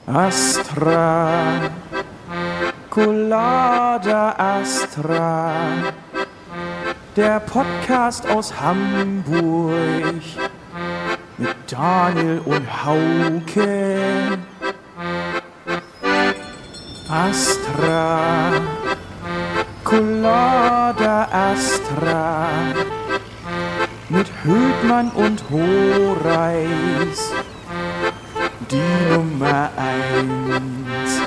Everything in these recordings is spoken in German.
Astra, Colada Astra, der Podcast aus Hamburg mit Daniel und Hauke. Astra, Colada Astra, mit Hödmann und Horeis, die Nummer 1.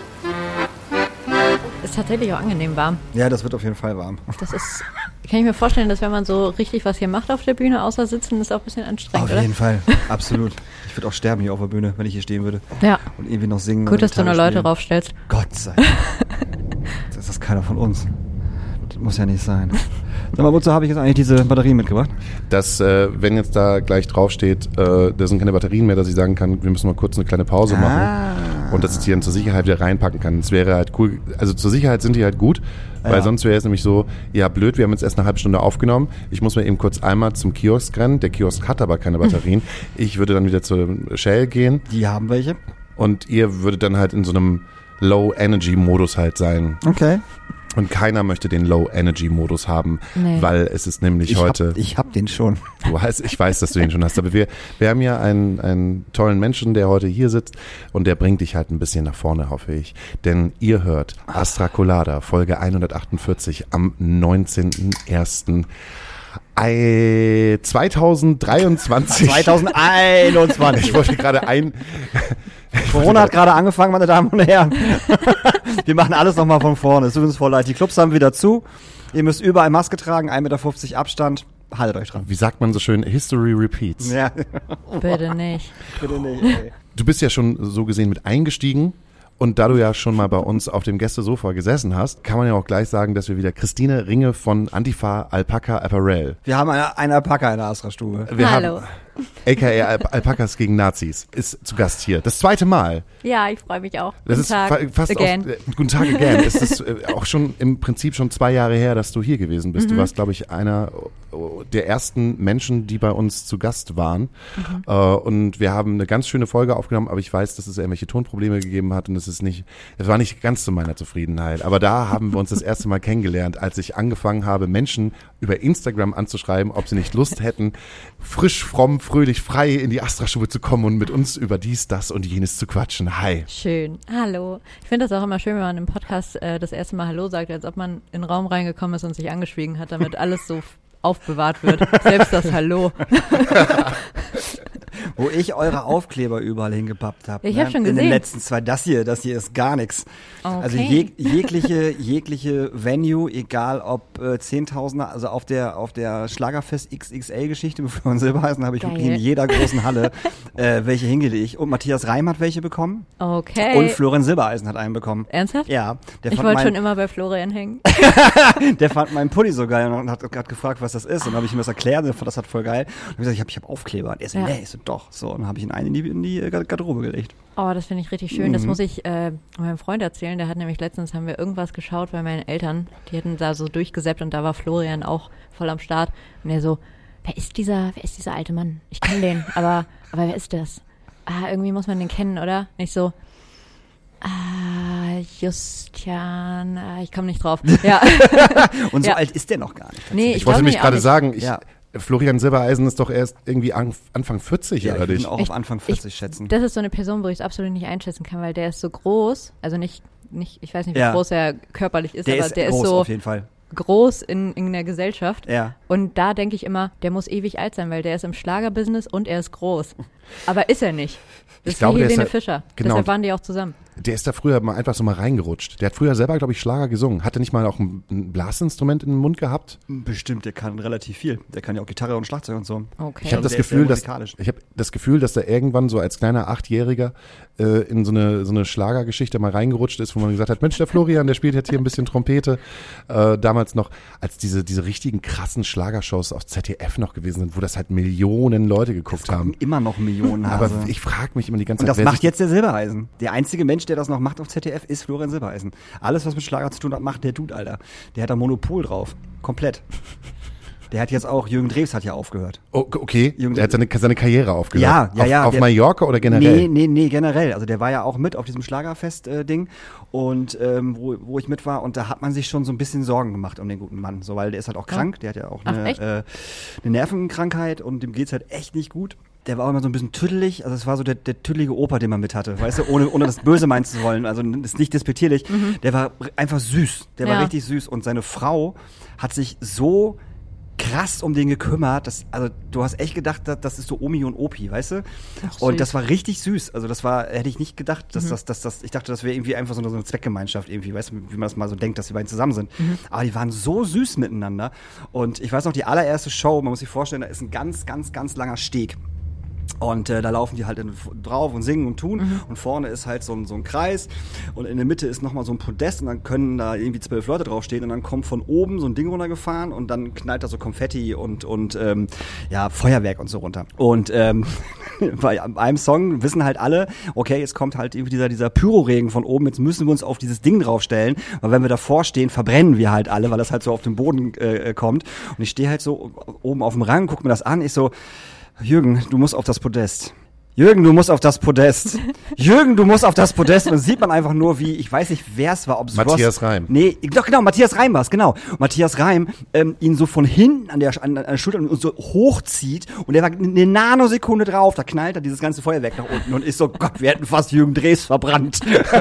Ist tatsächlich auch angenehm warm. Ja, das wird auf jeden Fall warm. Das ist, kann ich mir vorstellen, dass wenn man so richtig was hier macht auf der Bühne, außer sitzen, ist auch ein bisschen anstrengend, Auf jeden Fall, absolut. Ich würde auch sterben hier auf der Bühne, wenn ich hier stehen würde. Ja. Und irgendwie noch singen. Gut, dass du nur Leute raufstellst. Gott sei Dank. Das ist keiner von uns. Das muss ja nicht sein. Sag mal, wozu habe ich jetzt eigentlich diese Batterien mitgebracht? Dass, wenn jetzt da gleich draufsteht, da sind keine Batterien mehr, dass ich sagen kann, wir müssen mal kurz eine kleine Pause machen und dass ich die dann zur Sicherheit wieder reinpacken kann. Das wäre halt cool. Also zur Sicherheit sind die halt gut, weil sonst wäre es nämlich so, ja blöd, wir haben jetzt erst eine halbe Stunde aufgenommen. Ich muss mir eben kurz einmal zum Kiosk rennen. Der Kiosk hat aber keine Batterien. Ich würde dann wieder zur Shell gehen. Die haben welche. Und ihr würdet dann halt in so einem Low-Energy-Modus halt sein. Okay. Und keiner möchte den Low-Energy-Modus haben, weil es ist nämlich heute... Ich hab den schon. Ich weiß, dass du den schon hast, aber wir haben ja einen tollen Menschen, der heute hier sitzt und der bringt dich halt ein bisschen nach vorne, hoffe ich. Denn ihr hört Astra Colada, Folge 148 am 19.01. 2023. 2021. Ich wollte gerade Corona hat gerade angefangen, meine Damen und Herren. Wir machen alles nochmal von vorne. Es tut uns voll leid. Die Clubs haben wieder zu. Ihr müsst überall Maske tragen, 1,50 Meter Abstand. Haltet euch dran. Wie sagt man so schön? History repeats. Ja. Bitte nicht. Bitte nicht, ey. Du bist ja schon so gesehen mit eingestiegen. Und da du ja schon mal bei uns auf dem Gästesofa gesessen hast, kann man ja auch gleich sagen, dass wir wieder Christine Ringe von Antifa Alpaca Apparel. Wir haben eine Alpaka in der Astra-Stube. Hallo. A.k.a. Alpakas gegen Nazis ist zu Gast hier. Das zweite Mal. Ja, ich freue mich auch. Das ist fast again. Guten Tag again. Es ist auch schon im Prinzip schon 2 Jahre her, dass du hier gewesen bist. Du warst, glaube ich, einer der ersten Menschen, die bei uns zu Gast waren. Und wir haben eine ganz schöne Folge aufgenommen, aber ich weiß, dass es irgendwelche Tonprobleme gegeben hat und es war nicht ganz zu meiner Zufriedenheit. Aber da haben wir uns das erste Mal kennengelernt, als ich angefangen habe, Menschen über Instagram anzuschreiben, ob sie nicht Lust hätten, frisch, fromm, fröhlich, frei in die Astra-Stube zu kommen und mit uns über dies, das und jenes zu quatschen. Hi. Schön. Hallo. Ich finde das auch immer schön, wenn man im Podcast das erste Mal Hallo sagt, als ob man in den Raum reingekommen ist und sich angeschwiegen hat, damit alles so aufbewahrt wird. Selbst das Hallo. Wo ich eure Aufkleber überall hingepappt habe. Ich habe schon gesehen. In den letzten 2. Das hier ist gar nichts. Okay. Also jegliche Venue, egal ob 10.000er, also auf der Schlagerfest XXL-Geschichte mit Florian Silbereisen habe ich wirklich in jeder großen Halle welche hingelegt. Und Matthias Reim hat welche bekommen. Okay. Und Florian Silbereisen hat einen bekommen. Ernsthaft? Ja. Ich wollte schon immer bei Florian hängen. Der fand meinen Pulli so geil und hat gefragt, was das ist. Und dann habe ich ihm das erklärt und das hat voll geil. Und ich gesagt, ich hab Aufkleber. Und er so, nee, ich so, doch. So, und dann habe ich ihn in die Garderobe gelegt. Oh, das finde ich richtig schön. Das muss ich meinem Freund erzählen. Der hat nämlich letztens, haben wir irgendwas geschaut bei meinen Eltern. Die hatten da so durchgesäppt und da war Florian auch voll am Start. Und er so, wer ist dieser alte Mann? Ich kenne den, aber wer ist das? Irgendwie muss man den kennen, oder? Nicht so, Justian, ich komme nicht drauf. Ja. Und so alt ist der noch gar nicht. Nee, ich wollte nämlich gerade sagen, ja. Florian Silbereisen ist doch erst irgendwie Anfang 40, ja, oder ich nicht? würde ihn auch auf Anfang 40 schätzen. Das ist so eine Person, wo ich es absolut nicht einschätzen kann, weil der ist so groß, also nicht ich weiß nicht, wie groß er körperlich ist, aber der ist so auf jeden Fall groß in der Gesellschaft. Ja. Und da denke ich immer, der muss ewig alt sein, weil der ist im Schlagerbusiness und er ist groß. Aber ist er nicht. Das ist wie Helene Fischer. Genau. Deshalb waren die auch zusammen. Der ist da früher mal einfach so mal reingerutscht. Der hat früher selber, glaube ich, Schlager gesungen. Hat er nicht mal auch ein Blasinstrument in den Mund gehabt? Bestimmt, der kann relativ viel. Der kann ja auch Gitarre und Schlagzeug und so. Okay. Ich habe das Gefühl, dass er irgendwann so als kleiner 8-Jähriger in so eine Schlagergeschichte mal reingerutscht ist, wo man gesagt hat, Mensch, der Florian, der spielt jetzt hier ein bisschen Trompete. Damals noch, als diese richtigen krassen Schlagershows auf ZDF noch gewesen sind, wo das halt Millionen Leute geguckt haben. Immer noch Millionen. Aber ich frage mich immer die ganze Zeit. Und Zeit. das macht jetzt der Silbereisen. Der einzige Mensch, der das noch macht auf ZDF, ist Florian Silbereisen. Alles, was mit Schlager zu tun hat, macht der Dude, Alter. Der hat da Monopol drauf. Komplett. Der hat jetzt auch, Jürgen Drews hat ja aufgehört. Oh, okay, der hat seine Karriere aufgehört. Ja. Auf Mallorca oder generell? Nee, generell. Also der war ja auch mit auf diesem Schlagerfest-Ding und wo ich mit war und da hat man sich schon so ein bisschen Sorgen gemacht um den guten Mann, so, weil der ist halt auch krank, der hat ja auch eine Nervenkrankheit und dem geht's halt echt nicht gut. Der war auch immer so ein bisschen tüdelig, also es war so der tüdelige Opa, den man mit hatte, weißt du, ohne das Böse meinen zu wollen, also das ist nicht despektierlich. Der war einfach süß, der war richtig süß und seine Frau hat sich so krass um den gekümmert, also du hast echt gedacht, das ist so Omi und Opi, weißt du? Ach, und das war richtig süß, also hätte ich nicht gedacht, dass ich dachte, das wäre irgendwie einfach so eine Zweckgemeinschaft irgendwie, weißt du, wie man das mal so denkt, dass die beiden zusammen sind. Aber die waren so süß miteinander und ich weiß noch, die allererste Show, man muss sich vorstellen, da ist ein ganz, ganz, ganz langer Steg. Und da laufen die halt drauf und singen und tun und vorne ist halt so ein Kreis und in der Mitte ist nochmal so ein Podest und dann können da irgendwie 12 Leute draufstehen und dann kommt von oben so ein Ding runtergefahren und dann knallt da so Konfetti und Feuerwerk und so runter. Und bei einem Song wissen halt alle, okay, jetzt kommt halt irgendwie dieser Pyroregen von oben, jetzt müssen wir uns auf dieses Ding draufstellen, weil wenn wir davor stehen, verbrennen wir halt alle, weil das halt so auf den Boden kommt. Und ich stehe halt so oben auf dem Rang, guck mir das an, ich so, Jürgen, du musst auf das Podest. Jürgen, du musst auf das Podest. Jürgen, du musst auf das Podest. Und dann sieht man einfach nur, wie, ich weiß nicht, wer es war, ob es Matthias Reim. Nee, doch, genau, Matthias Reim war es, genau. Matthias Reim ihn so von hinten an der Schulter und so hochzieht und der war eine Nanosekunde drauf, da knallt er dieses ganze Feuerwerk nach unten und ist so, Gott, wir hätten fast Jürgen Drews verbrannt.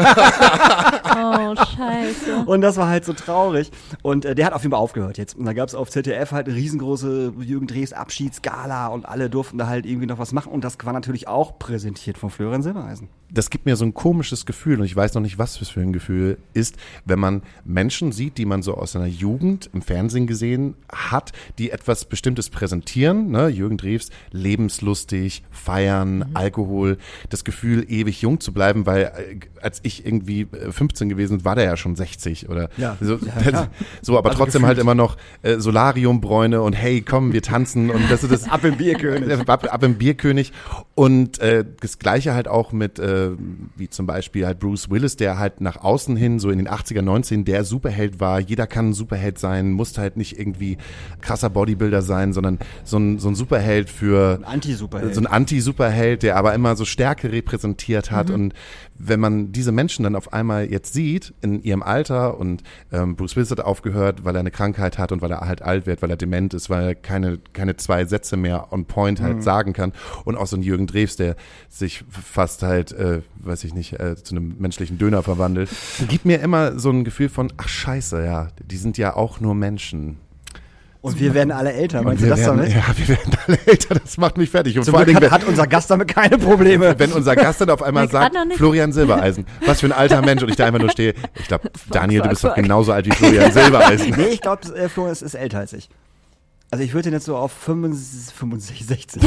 Oh, scheiße. Und das war halt so traurig. Und der hat auf jeden Fall aufgehört jetzt. Und da gab es auf ZDF halt eine riesengroße Jürgen Drews Abschiedsgala und alle durften da halt irgendwie noch was machen. Und das war natürlich auch präsentiert von Florian Silbereisen. Das gibt mir so ein komisches Gefühl und ich weiß noch nicht, was das für ein Gefühl ist, wenn man Menschen sieht, die man so aus seiner Jugend im Fernsehen gesehen hat, die etwas Bestimmtes präsentieren, ne? Jürgen Drews, lebenslustig, feiern, Alkohol, das Gefühl, ewig jung zu bleiben, weil als ich irgendwie 15 gewesen bin, war der ja schon 60 oder so, aber trotzdem gefühlt halt immer noch Solariumbräune und hey, komm, wir tanzen und das ist das Ab im Bierkönig. Ab im Bierkönig und das Gleiche halt auch mit wie zum Beispiel halt Bruce Willis, der halt nach außen hin so in den 80er, 90 der Superheld war. Jeder kann ein Superheld sein, muss halt nicht irgendwie krasser Bodybuilder sein, sondern so ein Superheld für ein Anti-Superheld. So ein Anti-Superheld, der aber immer so Stärke repräsentiert hat und wenn man diese Menschen dann auf einmal jetzt sieht, in ihrem Alter und Bruce Willis hat aufgehört, weil er eine Krankheit hat und weil er halt alt wird, weil er dement ist, weil er keine 2 Sätze mehr on point halt sagen kann und auch so ein Jürgen Drews, der sich fast halt, weiß ich nicht, zu einem menschlichen Döner verwandelt, gibt mir immer so ein Gefühl von, ach scheiße, ja, die sind ja auch nur Menschen. Und wir werden alle älter, meinst du das damit? Ja, wir werden alle älter, das macht mich fertig. Und vor allem hat unser Gast damit keine Probleme. Wenn unser Gast dann auf einmal sagt, Florian Silbereisen, was für ein alter Mensch und ich da einfach nur stehe, ich glaube, Daniel, du bist doch genauso alt wie Florian Silbereisen. Nee, ich glaube, Florian ist älter als ich. Also ich würde ihn jetzt so auf 45,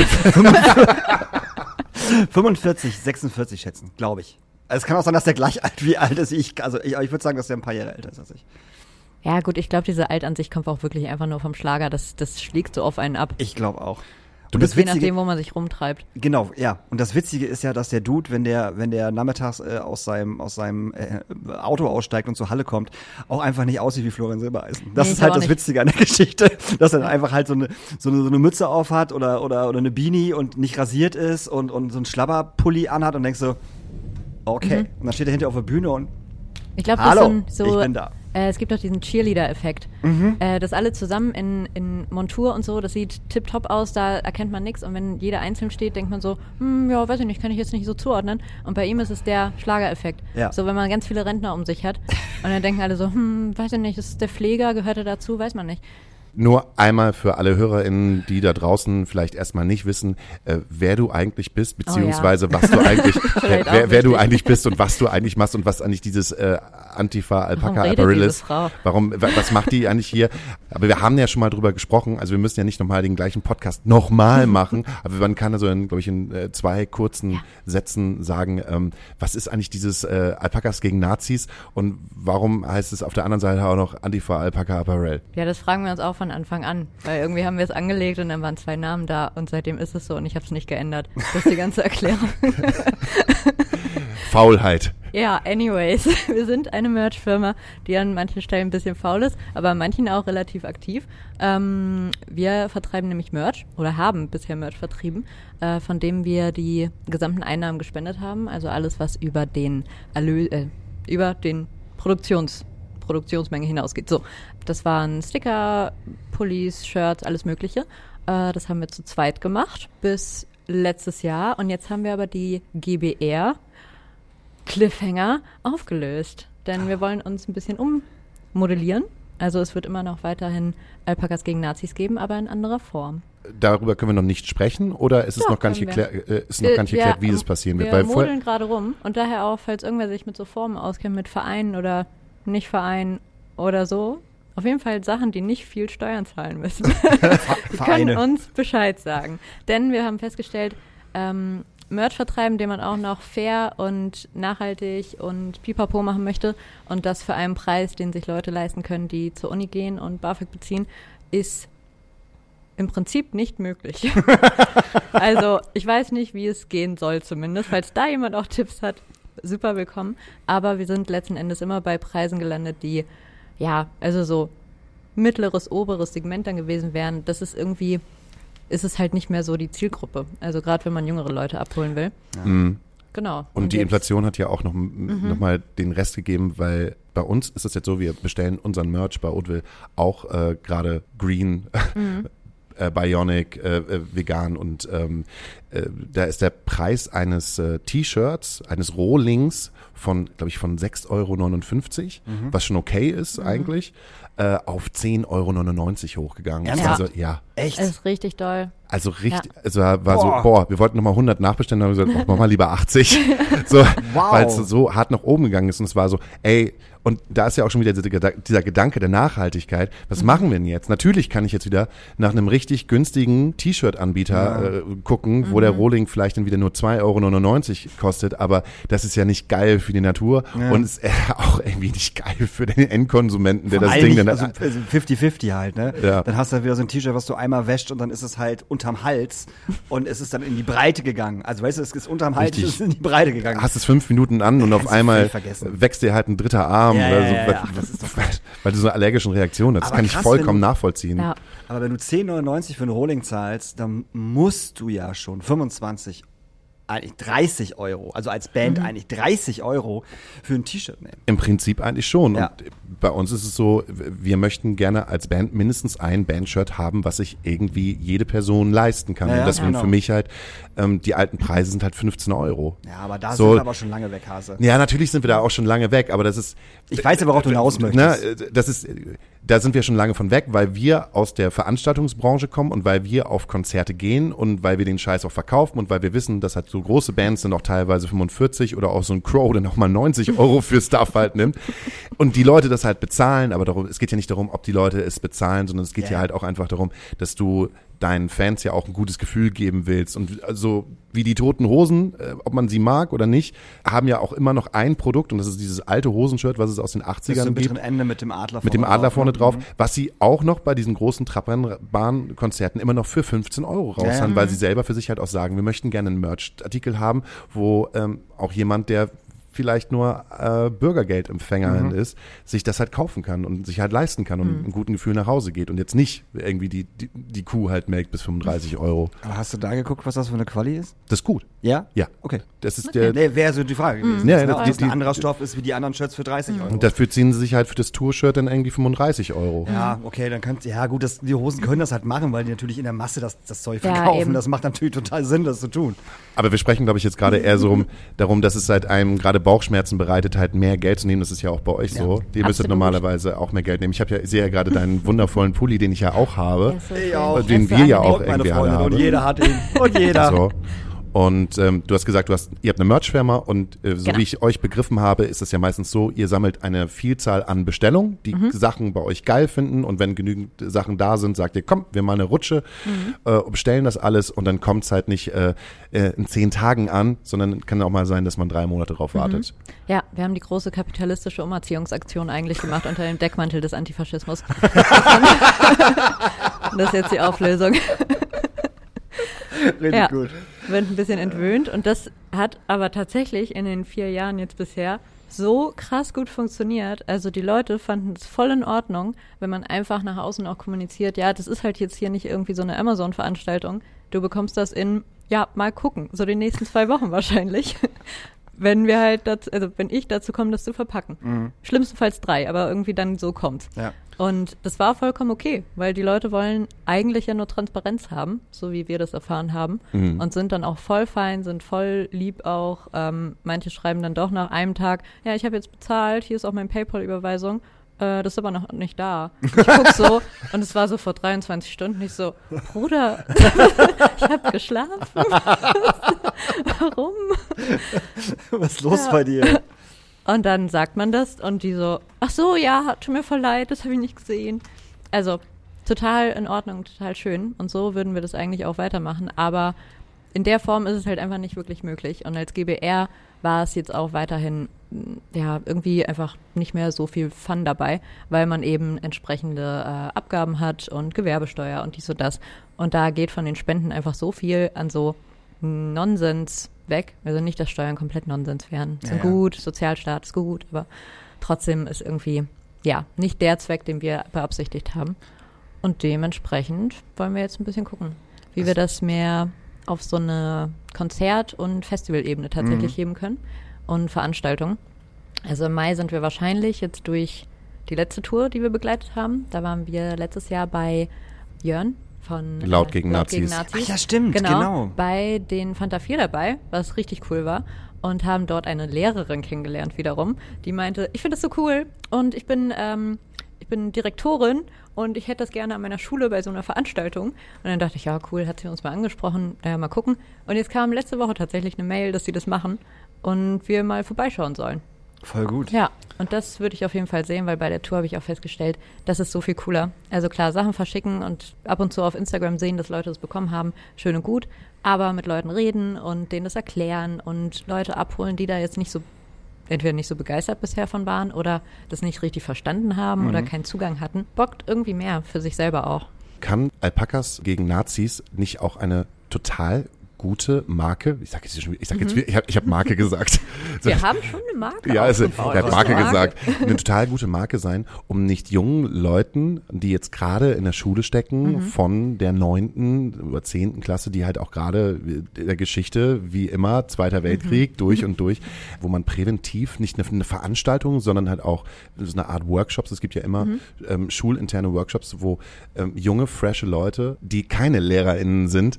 46 schätzen, glaube ich. Also es kann auch sein, dass der gleich alt ist wie ich. Also ich würde sagen, dass der ein paar Jahre älter ist als ich. Ja gut, ich glaube, diese Alt-Ansicht kommt auch wirklich einfach nur vom Schlager. Das schlägt so auf einen ab. Ich glaube auch. Und das je nachdem, wo man sich rumtreibt. Genau, ja. Und das Witzige ist ja, dass der Dude, wenn der nachmittags aus seinem Auto aussteigt und zur Halle kommt, auch einfach nicht aussieht wie Florian Silbereisen. Das ist halt das Witzige an der Geschichte, dass er dann einfach halt so eine Mütze auf hat oder eine Beanie und nicht rasiert ist und so einen Schlabberpulli anhat und denkst so, okay. Und dann steht er hinter auf der Bühne und ich glaube, ich bin da. Es gibt doch diesen Cheerleader-Effekt, dass alle zusammen in Montur und so, das sieht tipptopp aus, da erkennt man nichts und wenn jeder einzeln steht, denkt man so, ja, weiß ich nicht, kann ich jetzt nicht so zuordnen und bei ihm ist es der Schlagereffekt. Ja. So, wenn man ganz viele Rentner um sich hat und dann denken alle so, weiß ich nicht, das ist der Pfleger, gehört er dazu, weiß man nicht. Nur einmal für alle HörerInnen, die da draußen vielleicht erstmal nicht wissen, wer du eigentlich bist, beziehungsweise was du eigentlich, wer du eigentlich bist und was du eigentlich machst und was eigentlich dieses Antifa Alpaka Apparel ist. Was macht die eigentlich hier? Aber wir haben ja schon mal drüber gesprochen, also wir müssen ja nicht nochmal den gleichen Podcast nochmal machen, aber man kann also glaube ich, in 2 kurzen Sätzen sagen, was ist eigentlich dieses Alpakas gegen Nazis und warum heißt es auf der anderen Seite auch noch Antifa Alpaka Apparel? Ja, das fragen wir uns auch von Anfang an, weil irgendwie haben wir es angelegt und dann waren 2 Namen da und seitdem ist es so und ich habe es nicht geändert. Das ist die ganze Erklärung. Faulheit. Ja, anyways, wir sind eine Merch-Firma, die an manchen Stellen ein bisschen faul ist, aber an manchen auch relativ aktiv. Wir vertreiben nämlich Merch oder haben bisher Merch vertrieben, von dem wir die gesamten Einnahmen gespendet haben. Also alles, was über den Produktionsmenge hinausgeht. So, das waren Sticker, Pullis, Shirts, alles Mögliche. Das haben wir zu zweit gemacht bis letztes Jahr. Und jetzt haben wir aber die GBR Cliffhanger aufgelöst. Denn wir wollen uns ein bisschen ummodellieren. Also es wird immer noch weiterhin Alpakas gegen Nazis geben, aber in anderer Form. Darüber können wir noch nicht sprechen oder ist es noch gar nicht geklärt, wie es passieren wird? Wir modeln gerade rum und daher auch, falls irgendwer sich mit so Formen auskennt, mit Vereinen oder nicht Vereinen oder so, auf jeden Fall Sachen, die nicht viel Steuern zahlen müssen. Die können uns Bescheid sagen. Denn wir haben festgestellt, Merch vertreiben, den man auch noch fair und nachhaltig und pipapo machen möchte und das für einen Preis, den sich Leute leisten können, die zur Uni gehen und BAföG beziehen, ist im Prinzip nicht möglich. Also ich weiß nicht, wie es gehen soll zumindest. Falls da jemand auch Tipps hat, super willkommen. Aber wir sind letzten Endes immer bei Preisen gelandet, die ja, also so mittleres, oberes Segment dann gewesen wären. Das ist irgendwie, ist es halt nicht mehr so die Zielgruppe. Also gerade wenn man jüngere Leute abholen will. Ja. Mhm. Genau. Und die Inflation hat ja auch noch mal den Rest gegeben, weil bei uns ist es jetzt so, wir bestellen unseren Merch bei Oatville auch gerade green, Bionic, vegan und da ist der Preis eines T-Shirts, eines Rohlings von 6,59 €, was schon okay ist eigentlich, auf 10,99 € hochgegangen. Ja. Also ja. Echt? Das ist richtig doll. Also richtig, es war so, wir wollten nochmal 100 nachbestellen, dann haben wir gesagt, mach mal lieber 80. So, weil es so hart nach oben gegangen ist und es war so, ey, und da ist ja auch schon wieder dieser Gedanke der Nachhaltigkeit. Was machen wir denn jetzt? Natürlich kann ich jetzt wieder nach einem richtig günstigen T-Shirt-Anbieter gucken, wo der Rohling vielleicht dann wieder nur 2,99 € kostet, aber das ist ja nicht geil für die Natur und ist auch irgendwie nicht geil für den Endkonsumenten, der das Ding dann... Also 50-50 halt, ne? Ja. Dann hast du wieder so ein T-Shirt, was du einmal wäscht und dann ist es halt unterm Hals und es ist dann in die Breite gegegangen. Also weißt du, es ist unterm Hals, es ist in die Breite gegangen. Hast es 5 Minuten an und auf einmal wächst dir halt ein dritter Arm oder so, weil du so eine allergische Reaktion hast. Das kann ich vollkommen nachvollziehen. Ja. Aber wenn du 10,99 € für einen Rohling zahlst, dann musst du ja schon 25, eigentlich 30 €, also als Band eigentlich 30 € für ein T-Shirt nehmen. Im Prinzip eigentlich schon. Ja. Und bei uns ist es so, wir möchten gerne als Band mindestens ein Bandshirt haben, was sich irgendwie jede Person leisten kann. Und deswegen für mich halt, die alten Preise sind halt 15 €. Ja, aber da sind wir aber schon lange weg, Hase. Ja, natürlich sind wir da auch schon lange weg, aber das ist... Ich weiß aber, worauf du hinaus möchtest. Da sind wir schon lange von weg, weil wir aus der Veranstaltungsbranche kommen und weil wir auf Konzerte gehen und weil wir den Scheiß auch verkaufen und weil wir wissen, dass halt so große Bands sind auch teilweise 45 oder auch so ein Crow, der nochmal 90 € für Stuff halt nimmt und die Leute das halt bezahlen, aber es geht ja nicht darum, ob die Leute es bezahlen, sondern es geht ja halt auch einfach darum, dass du deinen Fans ja auch ein gutes Gefühl geben willst. Und also wie die Toten Hosen, ob man sie mag oder nicht, haben ja auch immer noch ein Produkt und das ist dieses alte Hosenshirt, was es aus den 80ern gibt. Ende mit dem Adler vorne drauf, was sie auch noch bei diesen großen Trabrennbahn-Konzerten immer noch für 15 € raushauen, weil sie selber für sich halt auch sagen, wir möchten gerne einen Merch-Artikel haben, wo auch jemand, der vielleicht nur Bürgergeldempfängerin ist, sich das halt kaufen kann und sich halt leisten kann und mit einem guten Gefühl nach Hause geht und jetzt nicht irgendwie die Kuh halt melkt bis 35 €. Aber hast du da geguckt, was das für eine Quali ist? Das ist gut. Ja? Ja. Okay. Das ist wäre so die Frage gewesen. Ja, das ein anderer Stoff ist wie die anderen Shirts für 30 €. Und dafür ziehen sie sich halt für das Tour-Shirt dann irgendwie 35 €. Ja, okay, dann die Hosen können das halt machen, weil die natürlich in der Masse das Zeug verkaufen. Das macht natürlich total Sinn, das zu tun. Aber wir sprechen, glaube ich, jetzt gerade eher so darum, dass es halt einem gerade Bauchschmerzen bereitet, halt mehr Geld zu nehmen. Das ist ja auch bei euch so. Ihr müsstet normalerweise auch mehr Geld nehmen. Ich sehe ja gerade deinen wundervollen Pulli, den ich ja auch habe. Den wir ja auch irgendwie alle haben. Und jeder hat ihn. Und jeder. So. Und du hast gesagt, ihr habt eine Merch-Firma und wie ich euch begriffen habe, ist es ja meistens so, ihr sammelt eine Vielzahl an Bestellungen, die Sachen bei euch geil finden und wenn genügend Sachen da sind, sagt ihr, komm, wir mal eine Rutsche, bestellen das alles und dann kommt es halt nicht in 10 Tagen an, sondern kann auch mal sein, dass man 3 Monate drauf wartet. Ja, wir haben die große kapitalistische Umerziehungsaktion eigentlich gemacht unter dem Deckmantel des Antifaschismus. Das ist jetzt die Auflösung. Richtig gut. Wird ein bisschen entwöhnt und das Hat aber tatsächlich in den 4 Jahren jetzt bisher so krass gut funktioniert. Also die Leute fanden es voll in Ordnung, wenn man einfach nach außen auch kommuniziert, ja, das ist halt jetzt hier nicht irgendwie so eine Amazon-Veranstaltung. Du bekommst das in, ja, mal gucken, so die nächsten 2 Wochen wahrscheinlich. Wenn wir halt wenn ich dazu komme, das zu verpacken. Schlimmstenfalls 3, aber irgendwie dann so kommt's. Ja. Und das war vollkommen okay, weil die Leute wollen eigentlich ja nur Transparenz haben, so wie wir das erfahren haben, und sind dann auch voll fein, sind voll lieb auch. Manche schreiben dann doch nach einem Tag, ja, ich habe jetzt bezahlt, hier ist auch meine PayPal-Überweisung, das ist aber noch nicht da. Ich guck so und es war so vor 23 Stunden, ich so, Bruder, ich habe geschlafen. Warum? Was ist los bei dir? Und dann sagt man das und die so, ach so, ja, tut mir voll leid, das habe ich nicht gesehen. Also total in Ordnung, total schön. Und so würden wir das eigentlich auch weitermachen. Aber in der Form ist es halt einfach nicht wirklich möglich. Und als GBR war es jetzt auch weiterhin, ja, irgendwie einfach nicht mehr so viel Fun dabei, weil man eben entsprechende Abgaben hat und Gewerbesteuer und dies und das. Und da geht von den Spenden einfach so viel an so Nonsens weg. Also nicht, dass Steuern komplett Nonsens wären. Sind gut, Sozialstaat ist gut, aber trotzdem ist irgendwie, ja, nicht der Zweck, den wir beabsichtigt haben. Und dementsprechend wollen wir jetzt ein bisschen gucken, wie wir das mehr auf so eine Konzert- und Festivalebene tatsächlich heben können und Veranstaltungen. Also im Mai sind wir wahrscheinlich jetzt durch die letzte Tour, die wir begleitet haben. Da waren wir letztes Jahr bei Jörn von Laut gegen Nazis. Ach ja, stimmt, genau. Bei den Fanta 4 dabei, was richtig cool war. Und haben dort eine Lehrerin kennengelernt wiederum, die meinte, ich finde das so cool und ich bin Direktorin und ich hätte das gerne an meiner Schule bei so einer Veranstaltung. Und dann dachte ich, ja cool, hat sie uns mal angesprochen, mal gucken. Und jetzt kam letzte Woche tatsächlich eine Mail, dass sie das machen und wir mal vorbeischauen sollen. Voll gut. Ja, und das würde ich auf jeden Fall sehen, weil bei der Tour habe ich auch festgestellt, das ist so viel cooler. Also klar, Sachen verschicken und ab und zu auf Instagram sehen, dass Leute das bekommen haben, schön und gut. Aber mit Leuten reden und denen das erklären und Leute abholen, die da jetzt nicht so, entweder nicht so begeistert bisher von waren oder das nicht richtig verstanden haben oder keinen Zugang hatten, bockt irgendwie mehr für sich selber auch. Kann Alpakas gegen Nazis nicht auch eine total gute Marke, ich habe Marke gesagt. Wir haben schon eine Marke. Ja, also, er hat Marke gesagt. Eine total gute Marke sein, um nicht jungen Leuten, die jetzt gerade in der Schule stecken, von der 9. oder 10. Klasse, die halt auch gerade in der Geschichte, wie immer, Zweiter Weltkrieg, durch und durch, wo man präventiv nicht eine Veranstaltung, sondern halt auch so eine Art Workshops, es gibt ja immer schulinterne Workshops, wo junge, frische Leute, die keine LehrerInnen sind,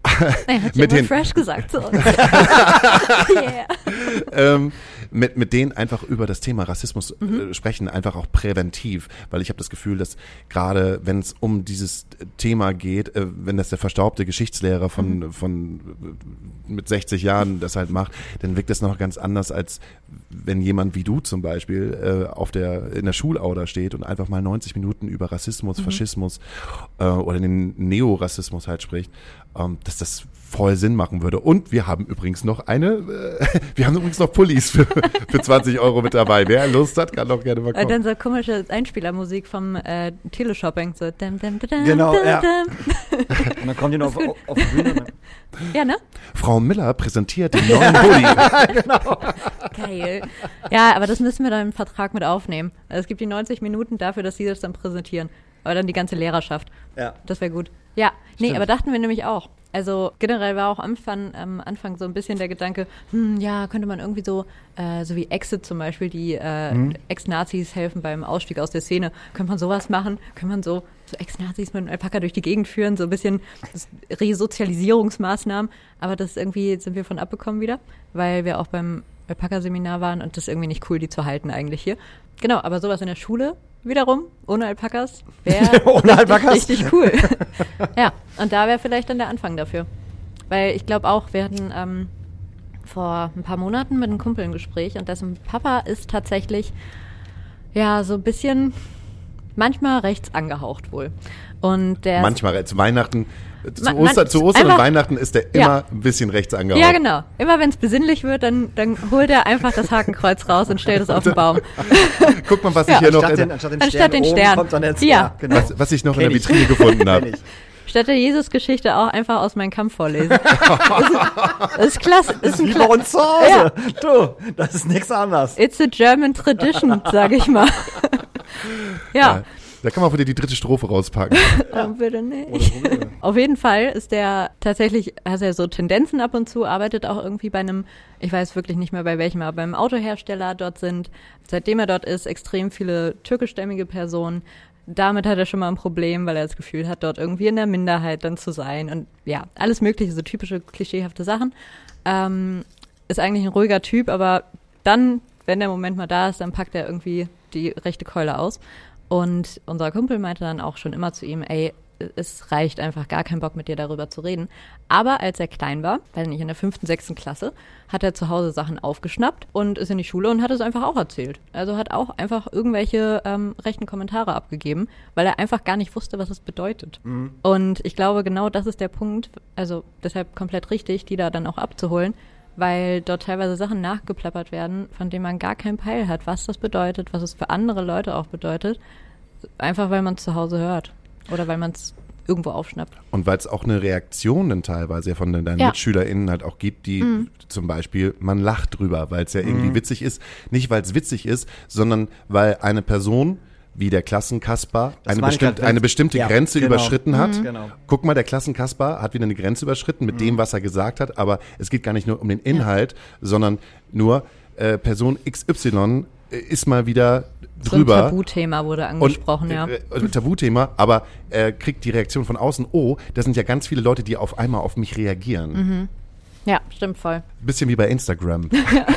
mit den fresh gesagt so. mit denen einfach über das Thema Rassismus sprechen, einfach auch präventiv, weil ich habe das Gefühl, dass gerade wenn es um dieses Thema geht, wenn das der verstaubte Geschichtslehrer von mit 60 Jahren das halt macht, dann wirkt das noch ganz anders, als wenn jemand wie du zum Beispiel in der Schulauder steht und einfach mal 90 Minuten über Rassismus, Faschismus oder den Neorassismus halt spricht, dass das voll Sinn machen würde. Und wir haben übrigens noch Pullis für 20 Euro mit dabei. Wer Lust hat, kann doch gerne mal kommen. Dann so komische Einspielermusik vom Teleshopping. So. Genau, ja. Und dann kommt ihr noch auf die Bühne. Ja, ne? Frau Miller präsentiert den neuen Pulli. Genau. Geil. Ja, aber das müssen wir dann im Vertrag mit aufnehmen. Also es gibt die 90 Minuten dafür, dass sie das dann präsentieren. Aber dann die ganze Lehrerschaft. Ja. Das wäre gut. Ja, nee, aber dachten wir nämlich auch. Also generell war auch am Anfang so ein bisschen der Gedanke, ja, könnte man irgendwie so wie Exit zum Beispiel, die Ex-Nazis helfen beim Ausstieg aus der Szene, könnte man sowas machen? Könnte man so Ex-Nazis mit einem Alpaka durch die Gegend führen, so ein bisschen Resozialisierungsmaßnahmen. Aber das irgendwie sind wir von abbekommen wieder, weil wir auch beim Alpaka-Seminar waren und das ist irgendwie nicht cool, die zu halten eigentlich hier. Genau, aber sowas in der Schule wiederum, ohne Alpakas, wäre richtig cool. Ja, und da wäre vielleicht dann der Anfang dafür. Weil ich glaube auch, wir hatten vor ein paar Monaten mit einem Kumpel ein Gespräch und dessen Papa ist tatsächlich ja so ein bisschen manchmal rechts angehaucht wohl. Und der manchmal zu Weihnachten, zu Ostern und Weihnachten ist der immer ein bisschen rechts angehaucht. Ja, genau. Immer wenn es besinnlich wird, dann holt er einfach das Hakenkreuz raus und stellt es auf den Baum. Guck mal, was ich hier noch anstatt den Stern kommt dann jetzt. Ja, genau. was ich noch in der Vitrine gefunden habe. statt der Jesus-Geschichte auch einfach aus Mein Kampf vorlesen. Das ist klasse. Das ist wie bei uns zu Hause. Ja. Du, das ist nichts anderes. It's a German tradition, sag ich mal. Ja. Da kann man auch wieder die dritte Strophe rauspacken. Oh, bitte nicht. Auf jeden Fall ist der tatsächlich, hat er so Tendenzen ab und zu, arbeitet auch irgendwie bei einem, ich weiß wirklich nicht mehr bei welchem, aber beim Autohersteller. Dort sind, seitdem er dort ist, extrem viele türkischstämmige Personen. Damit hat er schon mal ein Problem, weil er das Gefühl hat, dort irgendwie in der Minderheit dann zu sein. Und ja, alles mögliche, so typische klischeehafte Sachen. Ist eigentlich ein ruhiger Typ, aber dann, wenn der Moment mal da ist, dann packt er irgendwie die rechte Keule aus. Und unser Kumpel meinte dann auch schon immer zu ihm, ey, es reicht einfach, gar keinen Bock mit dir darüber zu reden. Aber als er klein war, weiß nicht, in der 5., 6. Klasse, hat er zu Hause Sachen aufgeschnappt und ist in die Schule und hat es einfach auch erzählt. Also hat auch einfach irgendwelche rechten Kommentare abgegeben, weil er einfach gar nicht wusste, was es bedeutet. Mhm. Und ich glaube, genau das ist der Punkt, also deshalb komplett richtig, die da dann auch abzuholen, weil dort teilweise Sachen nachgeplappert werden, von denen man gar keinen Peil hat, was das bedeutet, was es für andere Leute auch bedeutet, einfach weil man es zu Hause hört oder weil man es irgendwo aufschnappt. Und weil es auch eine Reaktion dann teilweise von deinen MitschülerInnen halt auch gibt, die zum Beispiel, man lacht drüber, weil es ja irgendwie witzig ist. Nicht, weil es witzig ist, sondern weil eine Person wie der Klassenkasper eine bestimmte Grenze überschritten hat. Genau. Guck mal, der Klassenkasper hat wieder eine Grenze überschritten mit dem, was er gesagt hat, aber es geht gar nicht nur um den Inhalt, sondern nur Person XY ist mal wieder drüber. So ein Tabuthema wurde angesprochen, Tabuthema, aber kriegt die Reaktion von außen, oh, das sind ja ganz viele Leute, die auf einmal auf mich reagieren. Mhm. Ja, stimmt voll. Bisschen wie bei Instagram.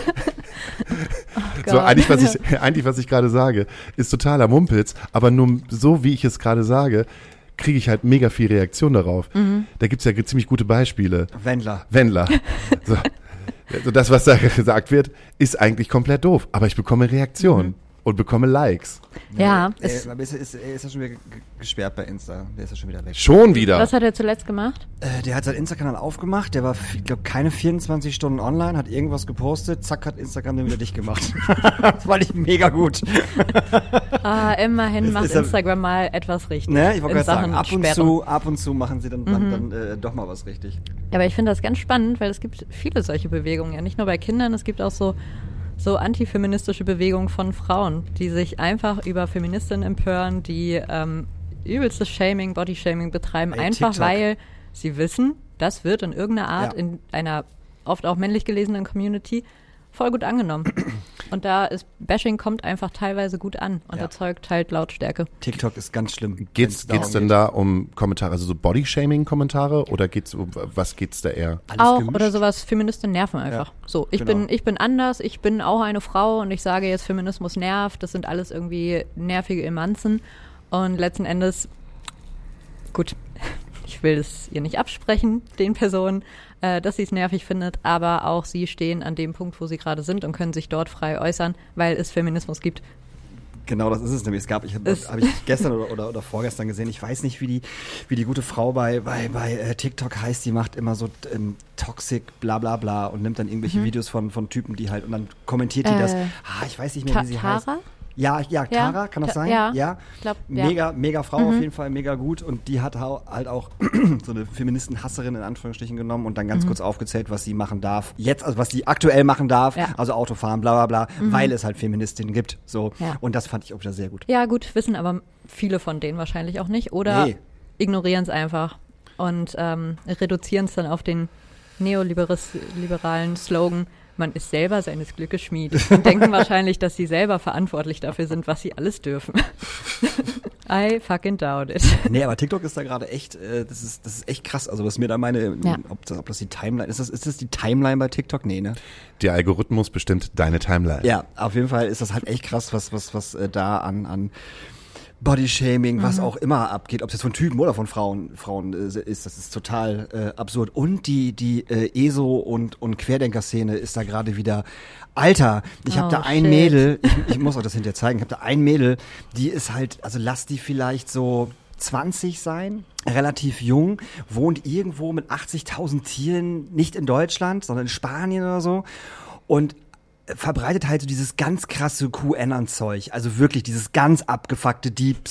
Oh, so, eigentlich, was ich gerade sage, ist totaler Mumpitz, aber nur so, wie ich es gerade sage, kriege ich halt mega viel Reaktion darauf. Mhm. Da gibt's ja ziemlich gute Beispiele. Wendler. So. Also das, was da gesagt wird, ist eigentlich komplett doof, aber ich bekomme Reaktionen. Und bekomme Likes. Ja. Ist er schon wieder gesperrt bei Insta? Der ist ja schon wieder weg. Schon wieder? Was hat er zuletzt gemacht? Der hat seinen Insta-Kanal aufgemacht. Der war, ich glaube, keine 24 Stunden online, hat irgendwas gepostet. Zack, hat Instagram den wieder dicht gemacht. Das fand ich mega gut. Immerhin macht Instagram mal etwas richtig. Ne? Ich wollte gerade sagen, ab und zu machen sie dann doch mal was richtig. Ja, aber ich finde das ganz spannend, weil es gibt viele solche Bewegungen. Ja, nicht nur bei Kindern, es gibt auch so antifeministische Bewegungen von Frauen, die sich einfach über Feministinnen empören, die übelstes Shaming, Bodyshaming betreiben, einfach TikTok. Weil sie wissen, das wird in irgendeiner Art in einer oft auch männlich gelesenen Community voll gut angenommen. Und da ist Bashing kommt einfach teilweise gut an und erzeugt halt Lautstärke. TikTok ist ganz schlimm. Geht's denn da um Kommentare, also so Body-Shaming-Kommentare oder was geht's da eher? Alles auch gemischt? Oder sowas, Feministinnen nerven einfach. Ja, so, ich bin anders, ich bin auch eine Frau und ich sage jetzt, Feminismus nervt, das sind alles irgendwie nervige Emanzen und letzten Endes, gut, ich will es ihr nicht absprechen, den Personen, dass sie es nervig findet, aber auch sie stehen an dem Punkt, wo sie gerade sind und können sich dort frei äußern, weil es Feminismus gibt. Genau, das ist es nämlich. Habe ich gestern oder vorgestern gesehen. Ich weiß nicht, wie die gute Frau bei TikTok heißt. Die macht immer so toxic bla bla bla und nimmt dann irgendwelche Videos von Typen, die halt, und dann kommentiert die das. Ich weiß nicht mehr, wie sie heißt. Ja, Tara, kann das sein? Ja. Ich glaub, mega Frau auf jeden Fall, mega gut. Und die hat halt auch so eine Feministenhasserin in Anführungsstrichen genommen und dann ganz kurz aufgezählt, was sie machen darf. Jetzt, also was sie aktuell machen darf, also Autofahren, bla bla bla, weil es halt Feministinnen gibt. So. Ja. Und das fand ich auch wieder sehr gut. Ja, gut, wissen aber viele von denen wahrscheinlich auch nicht. Oder ignorieren es einfach und reduzieren es dann auf den neoliberalen Slogan, man ist selber seines Glückes Schmied und denken wahrscheinlich, dass sie selber verantwortlich dafür sind, was sie alles dürfen. I fucking doubt it. Nee, aber TikTok ist da gerade echt, das ist echt krass. Also was mir da ob das die Timeline, ist das die Timeline bei TikTok? Nee, ne? Der Algorithmus bestimmt deine Timeline. Ja, auf jeden Fall ist das halt echt krass, was da an Bodyshaming, was auch immer abgeht, ob es jetzt von Typen oder von Frauen ist, das ist total absurd. Und die ESO und Querdenker-Szene ist da gerade wieder, Alter, ich habe da ein Mädel, ich muss euch das hinterher zeigen, ich habe da ein Mädel, die ist halt, also lass die vielleicht so 20 sein, relativ jung, wohnt irgendwo mit 80.000 Tieren, nicht in Deutschland, sondern in Spanien oder so, und verbreitet halt so dieses ganz krasse QAnon-Zeug. Also wirklich dieses ganz abgefuckte Deep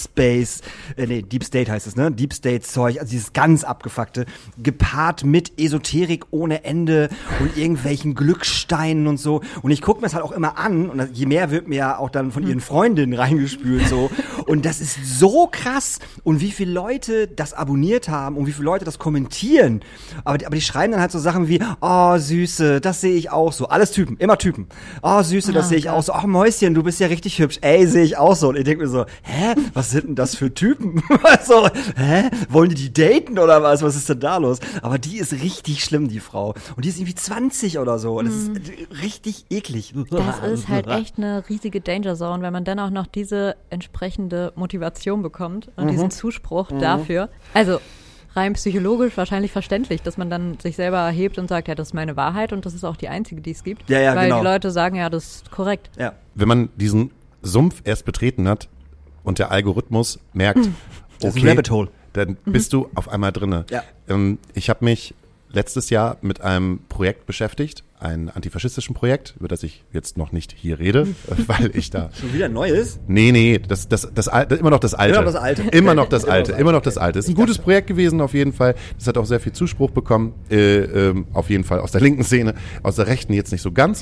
State heißt es, ne? Deep State-Zeug, also dieses ganz abgefuckte, gepaart mit Esoterik ohne Ende und irgendwelchen Glücksteinen und so. Und ich gucke mir das halt auch immer an und je mehr wird mir ja auch dann von ihren Freundinnen reingespült so. Und das ist so krass. Und wie viele Leute das abonniert haben und wie viele Leute das kommentieren. Aber die schreiben dann halt so Sachen wie, oh Süße, das sehe ich auch so. Alles Typen, immer Typen. Oh Süße, das sehe ich auch so. Ach Mäuschen, du bist ja richtig hübsch. Ey, sehe ich auch so. Und ich denke mir so, was sind denn das für Typen? So, wollen die daten oder was? Was ist denn da los? Aber die ist richtig schlimm, die Frau. Und die ist irgendwie 20 oder so. Und das ist richtig eklig. Das ist halt echt eine riesige Danger Zone, wenn man dann auch noch diese entsprechende Motivation bekommt und diesen Zuspruch dafür. Also rein psychologisch wahrscheinlich verständlich, dass man dann sich selber erhebt und sagt, ja, das ist meine Wahrheit und das ist auch die einzige, die es gibt. Ja, weil genau. Die Leute sagen, ja, das ist korrekt. Ja. Wenn man diesen Sumpf erst betreten hat und der Algorithmus merkt, Das ist ein okay, Rabbit Hole. dann bist du auf einmal drinne. Ja. Ich habe mich letztes Jahr mit einem Projekt beschäftigt, einem antifaschistischen Projekt, über das ich jetzt noch nicht hier rede, weil ich da... Schon wieder ein neues? Nee, das immer noch das Alte. Immer noch das Alte. Immer noch das Alte. Immer noch das Alte. Ist ein gutes Projekt gewesen auf jeden Fall. Das hat auch sehr viel Zuspruch bekommen. Auf jeden Fall aus der linken Szene, aus der rechten jetzt nicht so ganz.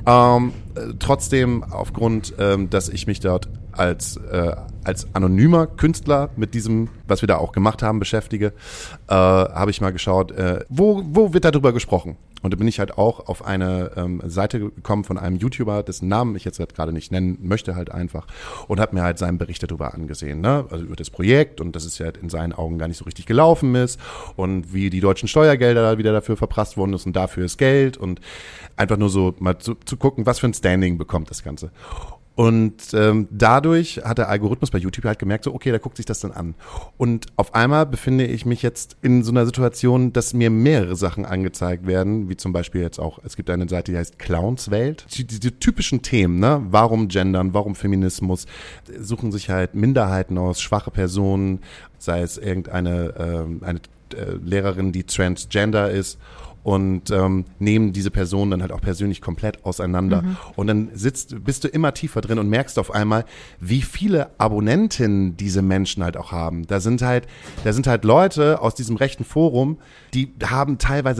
Trotzdem aufgrund, dass ich mich dort als anonymer Künstler mit diesem, was wir da auch gemacht haben, beschäftige, habe ich mal geschaut, wo wird darüber gesprochen? Und da bin ich halt auch auf eine Seite gekommen von einem YouTuber, dessen Namen ich jetzt gerade nicht nennen möchte halt einfach, und habe mir halt seinen Bericht darüber angesehen, ne? Also über das Projekt und dass es ja in seinen Augen gar nicht so richtig gelaufen ist und wie die deutschen Steuergelder wieder dafür verprasst worden ist und dafür ist Geld und einfach nur so mal zu gucken, was für ein Standing bekommt das Ganze. Und dadurch hat der Algorithmus bei YouTube halt gemerkt, so okay, da guckt sich das dann an. Und auf einmal befinde ich mich jetzt in so einer Situation, dass mir mehrere Sachen angezeigt werden, wie zum Beispiel jetzt auch, es gibt eine Seite, die heißt Clownswelt. Diese typischen Themen, ne? Warum Gendern, warum Feminismus, suchen sich halt Minderheiten aus, schwache Personen, sei es irgendeine eine Lehrerin, die transgender ist, und nehmen diese Personen dann halt auch persönlich komplett auseinander. Und dann bist du immer tiefer drin und merkst auf einmal, wie viele Abonnentinnen diese Menschen halt auch haben. Da sind halt Leute aus diesem rechten Forum, die haben teilweise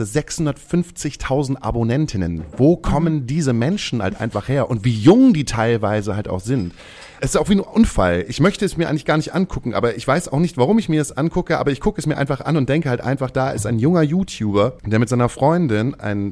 650.000 Abonnentinnen. Wo kommen diese Menschen halt einfach her? Und wie jung die teilweise halt auch sind. Es ist auch wie ein Unfall. Ich möchte es mir eigentlich gar nicht angucken, aber ich weiß auch nicht, warum ich mir es angucke, aber ich gucke es mir einfach an und denke halt einfach, da ist ein junger YouTuber, der mit seiner Freundin ein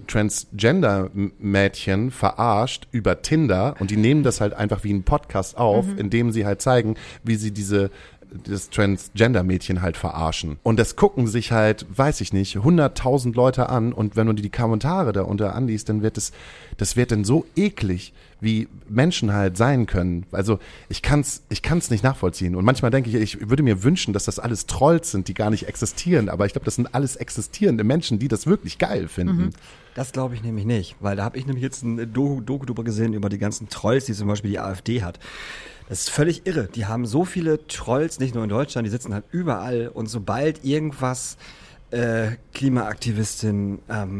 Transgender-Mädchen verarscht über Tinder und die nehmen das halt einfach wie einen Podcast auf, indem sie halt zeigen, wie sie das Transgender-Mädchen halt verarschen. Und das gucken sich halt, weiß ich nicht, 100.000 Leute an und wenn du die Kommentare da unter anliest, dann das wird dann so eklig, wie Menschen halt sein können. Also ich kann's nicht nachvollziehen. Und manchmal denke ich würde mir wünschen, dass das alles Trolls sind, die gar nicht existieren. Aber ich glaube, das sind alles existierende Menschen, die das wirklich geil finden. Das glaube ich nämlich nicht, weil da habe ich nämlich jetzt ein Doku drüber gesehen über die ganzen Trolls, die zum Beispiel die AfD hat. Das ist völlig irre. Die haben so viele Trolls, nicht nur in Deutschland, die sitzen halt überall und sobald irgendwas Klimaaktivistin,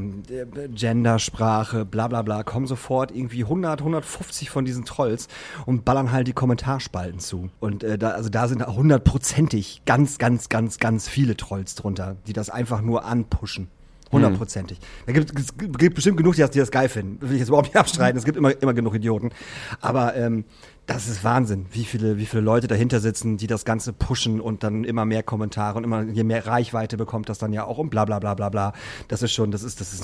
Gendersprache, bla bla bla, kommen sofort irgendwie 150 von diesen Trolls und ballern halt die Kommentarspalten zu. Und da sind 100%ig ganz viele Trolls drunter, die das einfach nur anpushen. 100%ig. Da gibt bestimmt genug, die das geil finden. Will ich jetzt überhaupt nicht abstreiten. Es gibt immer genug Idioten. Aber das ist Wahnsinn, wie viele Leute dahinter sitzen, die das Ganze pushen und dann immer mehr Kommentare und je mehr Reichweite bekommt das dann ja auch und bla bla bla bla bla. Das ist ein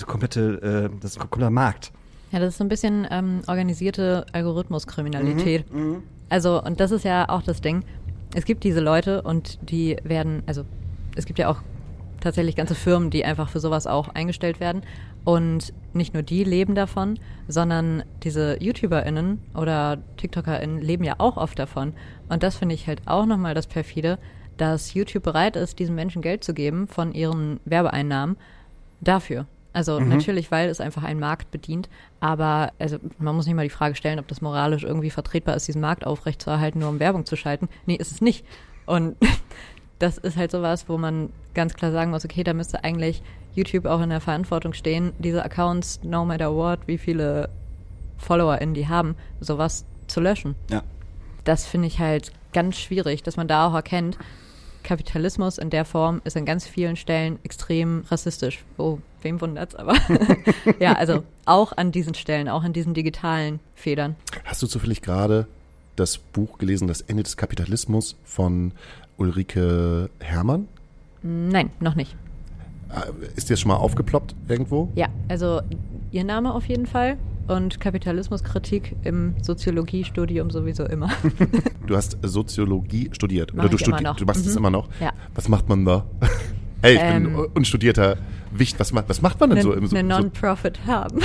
kompletter Markt. Ja, das ist so ein bisschen organisierte Algorithmuskriminalität. Also, und das ist ja auch das Ding. Es gibt diese Leute und die werden, also es gibt ja auch tatsächlich ganze Firmen, die einfach für sowas auch eingestellt werden. Und nicht nur die leben davon, sondern diese YouTuberInnen oder TikTokerInnen leben ja auch oft davon. Und das finde ich halt auch nochmal das Perfide, dass YouTube bereit ist, diesen Menschen Geld zu geben von ihren Werbeeinnahmen dafür. Also natürlich, weil es einfach einen Markt bedient, aber also man muss nicht mal die Frage stellen, ob das moralisch irgendwie vertretbar ist, diesen Markt aufrechtzuerhalten, nur um Werbung zu schalten. Nee, ist es nicht. Und das ist halt sowas, wo man ganz klar sagen muss, okay, da müsste eigentlich YouTube auch in der Verantwortung stehen, diese Accounts, no matter what, wie viele FollowerInnen die haben, sowas zu löschen. Ja. Das finde ich halt ganz schwierig, dass man da auch erkennt, Kapitalismus in der Form ist an ganz vielen Stellen extrem rassistisch. Oh, wem wundert's, aber ja, also auch an diesen Stellen, auch an diesen digitalen Federn. Hast du zufällig gerade das Buch gelesen, Das Ende des Kapitalismus von Ulrike Herrmann? Nein, noch nicht. Ist dir das schon mal aufgeploppt irgendwo? Ja, also ihr Name auf jeden Fall und Kapitalismuskritik im Soziologiestudium sowieso immer. Du hast Soziologie studiert. Mach Oder ich immer noch. Du machst es immer noch? Ja. Was macht man da? Hey, ich bin unstudierter Wicht. Was macht man denn so im Eine Non-Profit haben.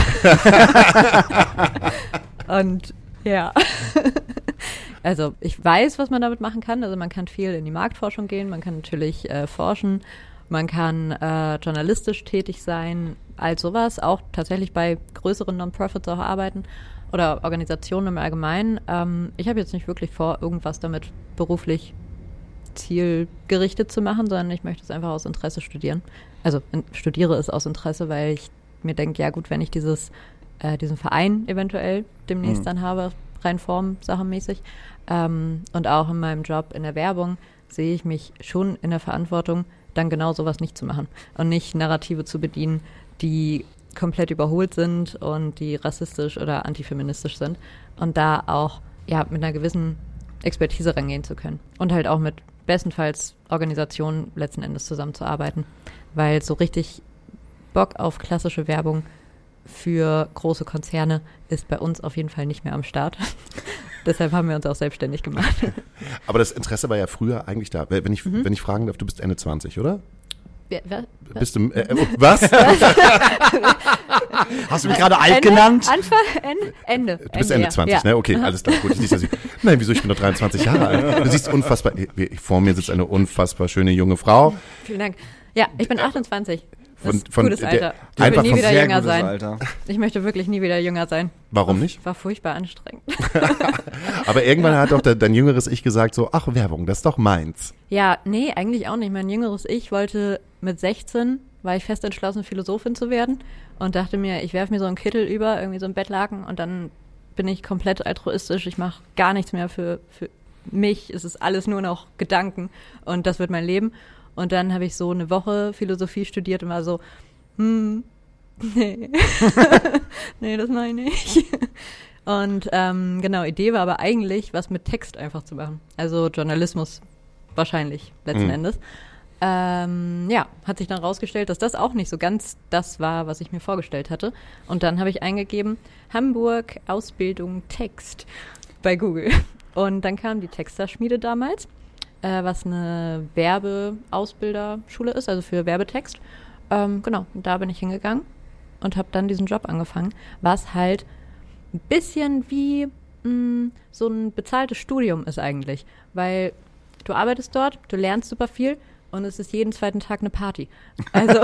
Und ja, also ich weiß, was man damit machen kann. Also man kann viel in die Marktforschung gehen, man kann natürlich forschen, man kann journalistisch tätig sein, all sowas, auch tatsächlich bei größeren Non-Profits auch arbeiten oder Organisationen im Allgemeinen. Ich habe jetzt nicht wirklich vor, irgendwas damit beruflich zielgerichtet zu machen, sondern ich möchte es einfach aus Interesse studieren. Also studiere es aus Interesse, weil ich mir denke, ja gut, wenn ich diesen Verein eventuell demnächst dann habe, rein formsachenmäßig, und auch in meinem Job in der Werbung sehe ich mich schon in der Verantwortung, dann genau sowas nicht zu machen und nicht Narrative zu bedienen, die komplett überholt sind und die rassistisch oder antifeministisch sind und da auch ja mit einer gewissen Expertise rangehen zu können und halt auch mit bestenfalls Organisationen letzten Endes zusammenzuarbeiten, weil so richtig Bock auf klassische Werbung für große Konzerne ist bei uns auf jeden Fall nicht mehr am Start. Deshalb haben wir uns auch selbstständig gemacht. Aber das Interesse war ja früher eigentlich da. Wenn ich fragen darf, du bist Ende 20, oder? Was? Bist du, was? Hast du mich gerade alt genannt? Ende. Du bist Ende 20, ja. ne? Okay, alles klar. Gut, nein, wieso? Ich bin nur 23 Jahre alt. Du siehst unfassbar, vor mir sitzt eine unfassbar schöne junge Frau. Vielen Dank. Ja, ich bin 28. Das ist Von gutes Alter. Ich will einfach nie vom wieder Sehr jünger gutes sein. Alter. Ich möchte wirklich nie wieder jünger sein. Warum nicht? War furchtbar anstrengend. Aber irgendwann hat doch dein jüngeres Ich gesagt so, ach, Werbung, das ist doch meins. Ja, nee, eigentlich auch nicht. Mein jüngeres Ich wollte mit 16, war ich fest entschlossen, Philosophin zu werden und dachte mir, ich werfe mir so einen Kittel über, irgendwie so ein Bettlaken und dann bin ich komplett altruistisch. Ich mache gar nichts mehr für mich. Es ist alles nur noch Gedanken und das wird mein Leben. Und dann habe ich so eine Woche Philosophie studiert und war so, nee, nee, das mache ich nicht. Und genau, Idee war aber eigentlich, was mit Text einfach zu machen. Also Journalismus wahrscheinlich letzten Endes. Ja, hat sich dann rausgestellt, dass das auch nicht so ganz das war, was ich mir vorgestellt hatte. Und dann habe ich eingegeben, Hamburg Ausbildung Text bei Google. Und dann kam die Texterschmiede damals, was eine Werbeausbilderschule ist, also für Werbetext. Genau, und da bin ich hingegangen und habe dann diesen Job angefangen, was halt ein bisschen wie so ein bezahltes Studium ist eigentlich, weil du arbeitest dort, du lernst super viel und es ist jeden zweiten Tag eine Party. Also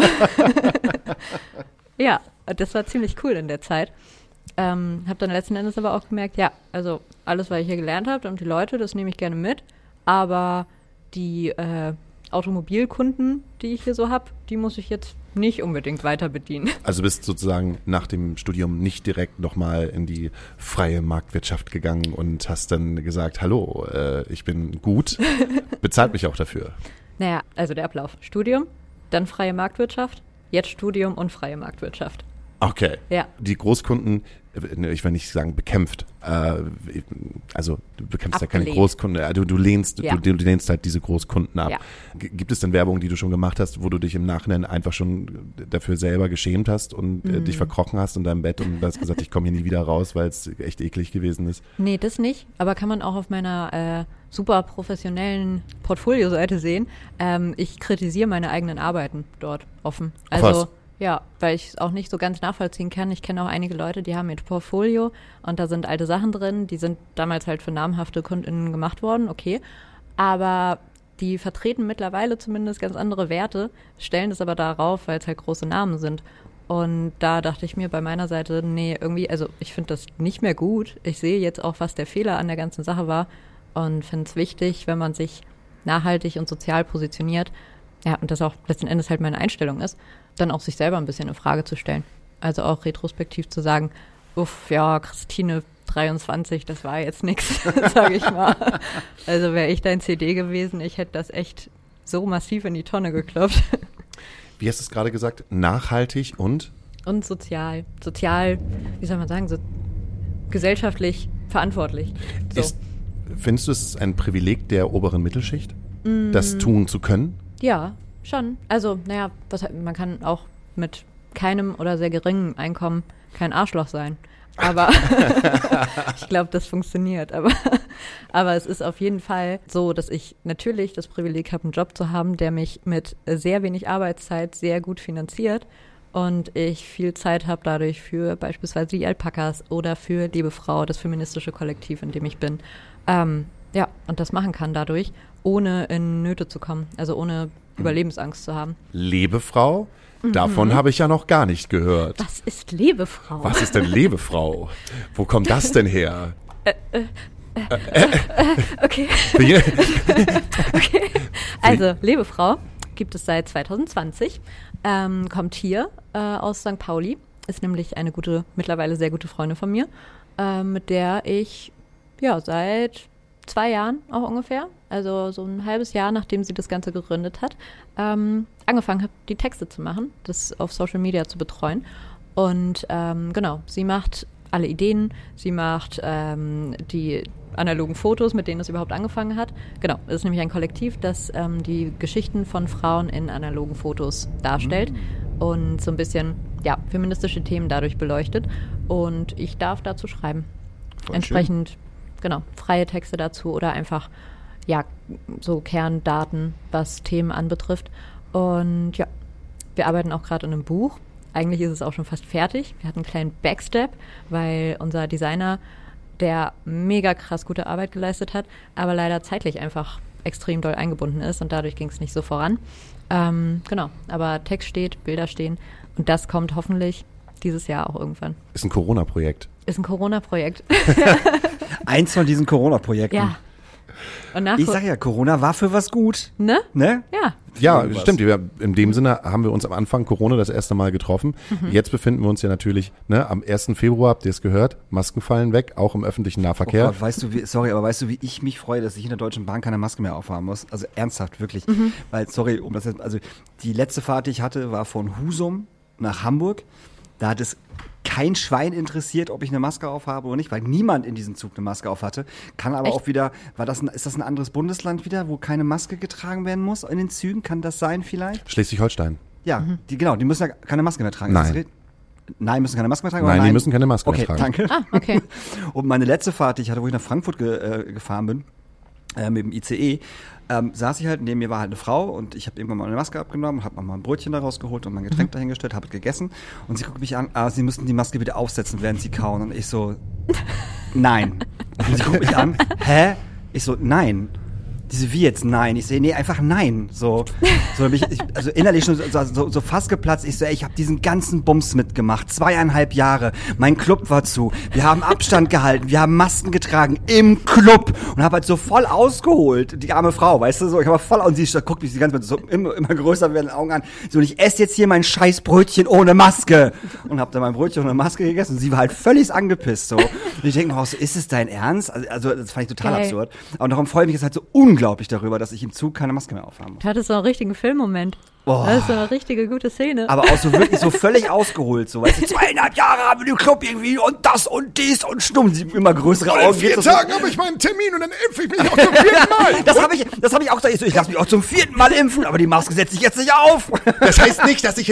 ja, das war ziemlich cool in der Zeit. Habe dann letzten Endes aber auch gemerkt, ja, also alles, was ich hier gelernt habe und die Leute, das nehme ich gerne mit, aber die Automobilkunden, die ich hier so habe, die muss ich jetzt nicht unbedingt weiter bedienen. Also bist sozusagen nach dem Studium nicht direkt nochmal in die freie Marktwirtschaft gegangen und hast dann gesagt, hallo, ich bin gut, bezahlt mich auch dafür. Naja, also der Ablauf. Studium, dann freie Marktwirtschaft, jetzt Studium und freie Marktwirtschaft. Okay. Ja. Die Großkunden, ich will nicht sagen bekämpft, also du bekämpfst ja keine Abgelehnt. Großkunden, du lehnst halt diese Großkunden ab. Ja. Gibt es denn Werbung, die du schon gemacht hast, wo du dich im Nachhinein einfach schon dafür selber geschämt hast und dich verkrochen hast in deinem Bett und hast gesagt, ich komme hier nie wieder raus, weil es echt eklig gewesen ist? Nee, das nicht, aber kann man auch auf meiner super professionellen Portfolio-Seite sehen. Ich kritisiere meine eigenen Arbeiten dort offen. Also Was? ja, weil ich es auch nicht so ganz nachvollziehen kann. Ich kenne auch einige Leute, die haben ihr Portfolio und da sind alte Sachen drin, die sind damals halt für namhafte KundInnen gemacht worden, okay. Aber die vertreten mittlerweile zumindest ganz andere Werte, stellen das aber darauf, weil es halt große Namen sind. Und da dachte ich mir bei meiner Seite, nee, irgendwie, also ich finde das nicht mehr gut. Ich sehe jetzt auch, was der Fehler an der ganzen Sache war und finde es wichtig, wenn man sich nachhaltig und sozial positioniert, ja, und das auch letzten Endes halt meine Einstellung ist, dann auch sich selber ein bisschen in Frage zu stellen. Also auch retrospektiv zu sagen, Ja, Christine 23, das war jetzt nix, sage ich mal. Also wäre ich dein CD gewesen, ich hätte das echt so massiv in die Tonne geklopft. Wie hast du es gerade gesagt? Nachhaltig und? Und sozial. Sozial, wie soll man sagen, so gesellschaftlich verantwortlich. So. Findest du, es ist ein Privileg der oberen Mittelschicht, das tun zu können? Ja, schon. Also, man kann auch mit keinem oder sehr geringem Einkommen kein Arschloch sein. Aber ich glaube, das funktioniert. Aber es ist auf jeden Fall so, dass ich natürlich das Privileg habe, einen Job zu haben, der mich mit sehr wenig Arbeitszeit sehr gut finanziert und ich viel Zeit habe dadurch für beispielsweise die Alpakas oder für Liebe Frau, das feministische Kollektiv, in dem ich bin. Und das machen kann dadurch, ohne in Nöte zu kommen, also ohne Überlebensangst zu haben. Lebefrau? Davon habe ich ja noch gar nicht gehört. Was ist Lebefrau? Was ist denn Lebefrau? Wo kommt das denn her? Okay. Okay. Also, Lebefrau gibt es seit 2020, kommt hier aus St. Pauli, ist nämlich eine mittlerweile sehr gute Freundin von mir, mit der ich seit 2 Jahren auch ungefähr, also so ein halbes Jahr, nachdem sie das Ganze gegründet hat, angefangen habe, die Texte zu machen, das auf Social Media zu betreuen. Und sie macht alle Ideen, sie macht die analogen Fotos, mit denen es überhaupt angefangen hat. Genau, es ist nämlich ein Kollektiv, das die Geschichten von Frauen in analogen Fotos darstellt und so ein bisschen feministische Themen dadurch beleuchtet. Und ich darf dazu schreiben. Voll Entsprechend schön. Genau, freie Texte dazu oder einfach, so Kerndaten, was Themen anbetrifft. Und wir arbeiten auch gerade an einem Buch. Eigentlich ist es auch schon fast fertig. Wir hatten einen kleinen Backstep, weil unser Designer, der mega krass gute Arbeit geleistet hat, aber leider zeitlich einfach extrem doll eingebunden ist und dadurch ging es nicht so voran. Aber Text steht, Bilder stehen und das kommt hoffentlich dieses Jahr auch irgendwann. Ist ein Corona-Projekt. Ist ein Corona-Projekt. Eins von diesen Corona-Projekten. Ja. Und ich sag ja, Corona war für was gut. Ne? Ja. Ja, stimmt. In dem Sinne haben wir uns am Anfang Corona das erste Mal getroffen. Jetzt befinden wir uns ja natürlich am 1. Februar, habt ihr es gehört, Masken fallen weg, auch im öffentlichen Nahverkehr. Oh Gott, weißt du, wie ich mich freue, dass ich in der Deutschen Bahn keine Maske mehr aufhaben muss? Also ernsthaft, wirklich. Weil, die letzte Fahrt, die ich hatte, war von Husum nach Hamburg. Da hat es kein Schwein interessiert, ob ich eine Maske aufhabe oder nicht, weil niemand in diesem Zug eine Maske auf hatte. Kann aber auch wieder, ist das ein anderes Bundesland wieder, wo keine Maske getragen werden muss in den Zügen? Kann das sein vielleicht? Schleswig-Holstein. Ja, die müssen ja keine Maske mehr tragen. Nein, müssen keine Maske mehr tragen? Nein, die müssen keine Maske mehr tragen. Okay, danke. Okay. Und meine letzte Fahrt, die ich hatte, wo ich nach Frankfurt gefahren bin, mit dem ICE, saß ich halt, neben mir war halt eine Frau und ich habe irgendwann mal eine Maske abgenommen, habe mal ein Brötchen da rausgeholt und mein Getränk dahingestellt, habe es gegessen und sie guckt mich an, sie müssten die Maske wieder aufsetzen, während sie kauen und ich so, nein. Und sie guckt mich an, hä? Ich so, nein. Diese wie jetzt nein? Ich sehe, nee, einfach nein. So also innerlich schon so fast geplatzt. Ich so, ich habe diesen ganzen Bums mitgemacht. 2,5 Jahre. Mein Club war zu. Wir haben Abstand gehalten. Wir haben Masken getragen im Club und habe halt so voll ausgeholt. Die arme Frau, weißt du, so. Ich habe voll und sie guckt mich die ganze Zeit so immer größer werden Augen an. So, und ich esse jetzt hier mein scheiß Brötchen ohne Maske und habe dann mein Brötchen ohne Maske gegessen. Und sie war halt völlig angepisst so. Und ich denke mir auch so, ist es dein Ernst? Also das fand ich total absurd. Aber darum freue ich mich jetzt halt so unglaublich darüber, dass ich im Zug keine Maske mehr aufhaben muss. Du hattest so einen richtigen Filmmoment. Oh. Das ist so eine richtige gute Szene. Aber auch so wirklich so völlig ausgeholt, so, weißt du, 2,5 Jahre haben wir den Club irgendwie und das und dies und stumm, sie immer größere Augen. In 4 Tagen habe ich meinen Termin und dann impfe ich mich auch zum 4. Mal. Das habe ich auch gesagt, ich lasse mich auch zum 4. Mal impfen, aber die Maske setze ich jetzt nicht auf. Das heißt nicht, dass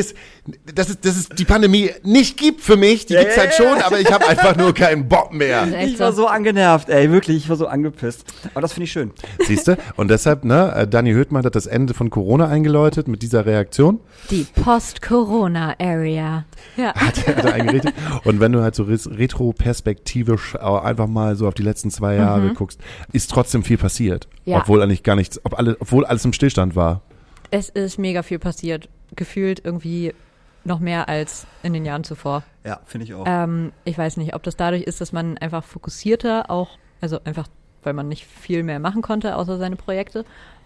es die Pandemie nicht gibt für mich, die gibt's halt schon, aber ich habe einfach nur keinen Bock mehr. Ich war so angenervt, ey, wirklich, ich war so angepisst. Aber das finde ich schön. Siehst du? Und deshalb, Dani Höhtmann hat das Ende von Corona eingeläutet mit dieser Reaktion. Die Post-Corona-Area. Ja. Hat er eingerichtet. Und wenn du halt so retroperspektivisch einfach mal so auf die letzten 2 Jahre guckst, ist trotzdem viel passiert. Ja. Obwohl eigentlich gar nichts, obwohl alles im Stillstand war. Es ist mega viel passiert. Gefühlt irgendwie noch mehr als in den Jahren zuvor. Ja, finde ich auch. Ich weiß nicht, ob das dadurch ist, dass man einfach fokussierter auch, also einfach, weil man nicht viel mehr machen konnte, außer seine Projekte.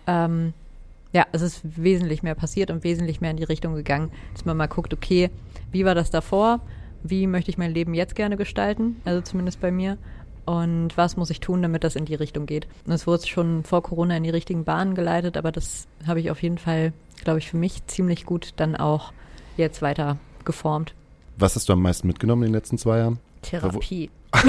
Ja, es ist wesentlich mehr passiert und wesentlich mehr in die Richtung gegangen, dass man mal guckt, okay, wie war das davor? wie möchte ich mein Leben jetzt gerne gestalten, also zumindest bei mir. Und was muss ich tun, damit das in die Richtung geht? Und es wurde schon vor Corona in die richtigen Bahnen geleitet, aber das habe ich auf jeden Fall, glaube ich, für mich ziemlich gut dann auch jetzt weiter geformt. Was hast du am meisten mitgenommen in den letzten 2 Jahren? Therapie.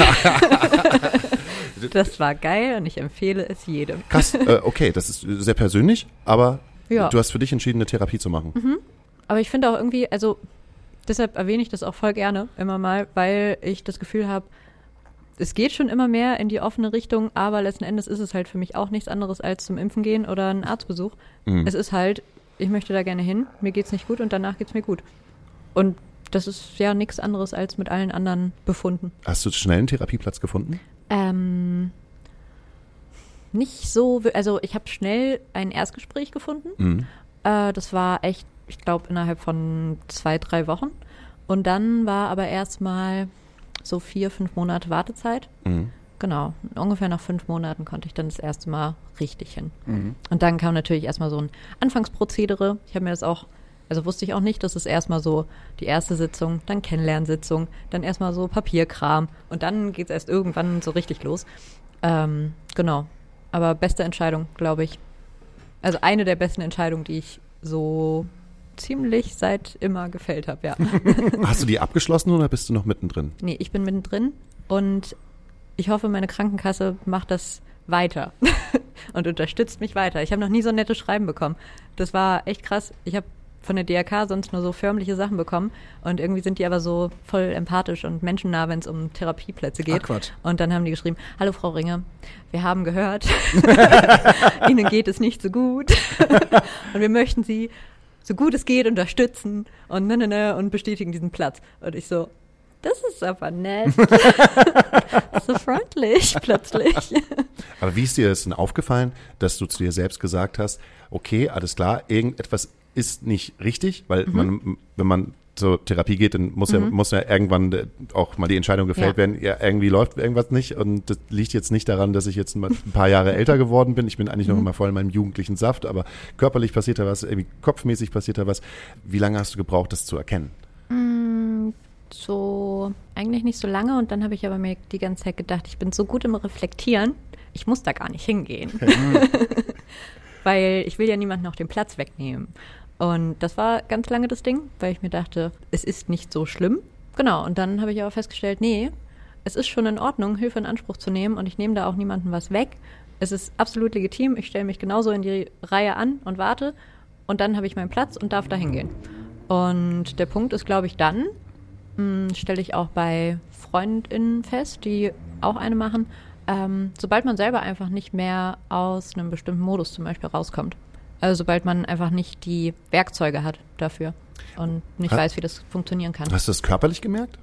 Das war geil und ich empfehle es jedem. Krass, okay, das ist sehr persönlich, aber Ja. du hast für dich entschieden, eine Therapie zu machen. Aber ich finde auch irgendwie, also deshalb erwähne ich das auch voll gerne immer mal, weil ich das Gefühl habe, es geht schon immer mehr in die offene Richtung, aber letzten Endes ist es halt für mich auch nichts anderes als zum Impfen gehen oder einen Arztbesuch. Es ist halt, ich möchte da gerne hin, mir geht's nicht gut und danach geht's mir gut. Und das ist ja nichts anderes als mit allen anderen Befunden. Hast du schnell einen Therapieplatz gefunden? Nicht so, also ich habe schnell ein Erstgespräch gefunden. Das war echt, ich glaube, innerhalb von 2-3 Wochen. Und dann war aber erstmal so 4-5 Monate Wartezeit. Genau, ungefähr nach 5 Monaten konnte ich dann das erste Mal richtig hin. Und dann kam natürlich erstmal so ein Anfangsprozedere. Ich habe mir das auch, also wusste ich auch nicht, dass es erstmal so die erste Sitzung, dann Kennenlernsitzung, dann erstmal so Papierkram und dann geht es erst irgendwann so richtig los. Genau, aber beste Entscheidung, glaube ich. Also eine der besten Entscheidungen, die ich so ziemlich seit immer gefällt habe, ja. Hast du die abgeschlossen oder bist du noch mittendrin? Nee, ich bin mittendrin und ich hoffe, meine Krankenkasse macht das weiter und unterstützt mich weiter. Ich habe noch nie so ein nettes Schreiben bekommen. Das war echt krass. Ich habe von der DRK sonst nur so förmliche Sachen bekommen und irgendwie sind die aber so voll empathisch und menschennah, wenn es um Therapieplätze geht. Ach, Quatsch. Und dann haben die geschrieben, hallo Frau Ringe, wir haben gehört, Ihnen geht es nicht so gut und wir möchten Sie so gut es geht unterstützen und und bestätigen diesen Platz. Und ich so, das ist aber nett. So freundlich plötzlich. Aber wie ist dir das denn aufgefallen, dass du zu dir selbst gesagt hast, okay, alles klar, irgendetwas ist nicht richtig, weil man, wenn man zur Therapie geht, dann muss ja irgendwann auch mal die Entscheidung gefällt werden, ja, irgendwie läuft irgendwas nicht und das liegt jetzt nicht daran, dass ich jetzt ein paar Jahre älter geworden bin. Ich bin eigentlich noch immer voll in meinem jugendlichen Saft, aber körperlich passiert da was, irgendwie kopfmäßig passiert da was. Wie lange hast du gebraucht, das zu erkennen? So, eigentlich nicht so lange und dann habe ich aber mir die ganze Zeit gedacht, ich bin so gut im Reflektieren, ich muss da gar nicht hingehen. Weil ich will ja niemanden auch den Platz wegnehmen. Und das war ganz lange das Ding, weil ich mir dachte, es ist nicht so schlimm. Genau, und dann habe ich aber festgestellt, nee, es ist schon in Ordnung, Hilfe in Anspruch zu nehmen und ich nehme da auch niemandem was weg. Es ist absolut legitim, ich stelle mich genauso in die Reihe an und warte und dann habe ich meinen Platz und darf da hingehen. Und der Punkt ist, glaube ich, dann stelle ich auch bei FreundInnen fest, die auch eine machen, sobald man selber einfach nicht mehr aus einem bestimmten Modus zum Beispiel rauskommt. Also sobald man einfach nicht die Werkzeuge hat dafür und nicht weiß, wie das funktionieren kann. Hast du das körperlich gemerkt?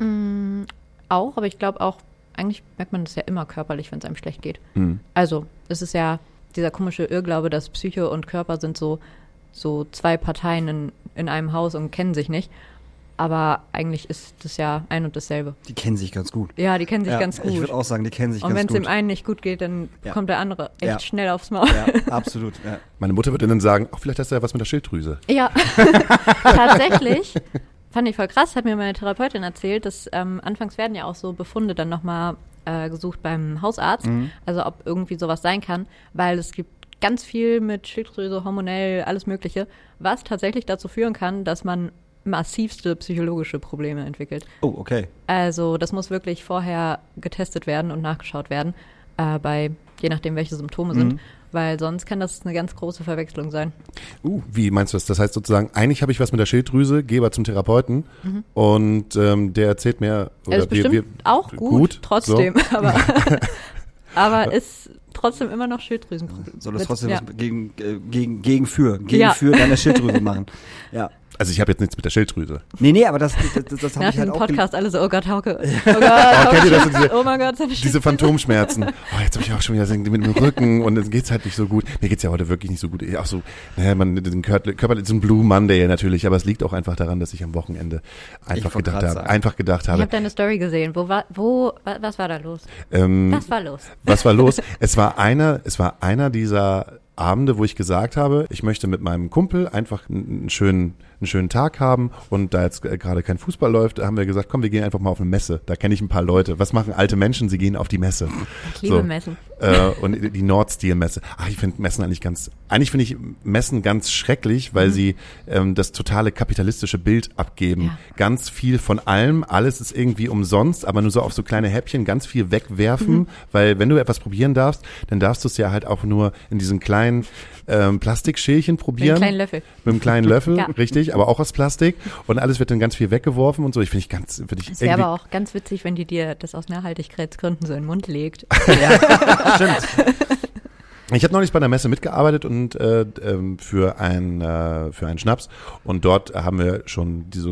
Auch, aber ich glaube auch, eigentlich merkt man das ja immer körperlich, wenn es einem schlecht geht. Also es ist ja dieser komische Irrglaube, dass Psyche und Körper sind so 2 Parteien in einem Haus und kennen sich nicht. Aber eigentlich ist das ja ein und dasselbe. Die kennen sich ganz gut. Ja, die kennen sich ganz gut. Ich würde auch sagen, die kennen sich und ganz wenn gut. es dem einen nicht gut geht, dann kommt der andere echt schnell aufs Maul. Ja, absolut. Ja. Meine Mutter würde dann sagen, vielleicht hast du ja was mit der Schilddrüse. Ja, tatsächlich. Fand ich voll krass, hat mir meine Therapeutin erzählt, dass anfangs werden ja auch so Befunde dann nochmal gesucht beim Hausarzt. Also ob irgendwie sowas sein kann, weil es gibt ganz viel mit Schilddrüse, hormonell, alles Mögliche, was tatsächlich dazu führen kann, dass man massivste psychologische Probleme entwickelt. Oh, okay. Also das muss wirklich vorher getestet werden und nachgeschaut werden, je nachdem, welche Symptome sind, weil sonst kann das eine ganz große Verwechslung sein. Wie meinst du das? Das heißt sozusagen, eigentlich habe ich was mit der Schilddrüse, gehe aber zum Therapeuten und der erzählt mir... Oder ist bestimmt auch gut trotzdem, so. aber ist trotzdem immer noch Schilddrüsenproblem. Soll das trotzdem was gegen für deine Schilddrüse machen? Ja. Also ich habe jetzt nichts mit der Schilddrüse. Nee, aber das habe ich halt diesem auch Podcast alle so, oh Gott, Hauke. Kennt ihr das so Oh mein Gott, seine diese Phantomschmerzen. Oh, jetzt habe ich auch schon wieder mit dem Rücken und dann geht's halt nicht so gut. Mir geht's ja heute wirklich nicht so gut. Auch so, den Körper ist ein Blue Monday natürlich, aber es liegt auch einfach daran, dass ich am Wochenende einfach gedacht habe. Ich habe deine Story gesehen. Was war da los? Was war los? Es war einer dieser Abende, wo ich gesagt habe, ich möchte mit meinem Kumpel einfach einen schönen einen schönen Tag haben und da jetzt gerade kein Fußball läuft, haben wir gesagt, komm, wir gehen einfach mal auf eine Messe. Da kenne ich ein paar Leute. Was machen alte Menschen? Sie gehen auf die Messe. Ich liebe Messen. Und die Nordstil-Messe. Ich finde Messen eigentlich finde ich Messen ganz schrecklich, weil sie das totale kapitalistische Bild abgeben. Ja. Ganz viel von allem, alles ist irgendwie umsonst, aber nur so auf so kleine Häppchen ganz viel wegwerfen, weil wenn du etwas probieren darfst, dann darfst du es ja halt auch nur in diesen kleinen Plastikschälchen probieren. Mit einem kleinen Löffel. Mit einem kleinen Löffel, ja. Richtig, aber auch aus Plastik und alles wird dann ganz viel weggeworfen und so. Das wäre aber auch ganz witzig, wenn die dir das aus Nachhaltigkeitsgründen so in den Mund legt. Ja, stimmt. Ich habe neulich bei einer Messe mitgearbeitet und für einen Schnaps und dort haben wir schon diese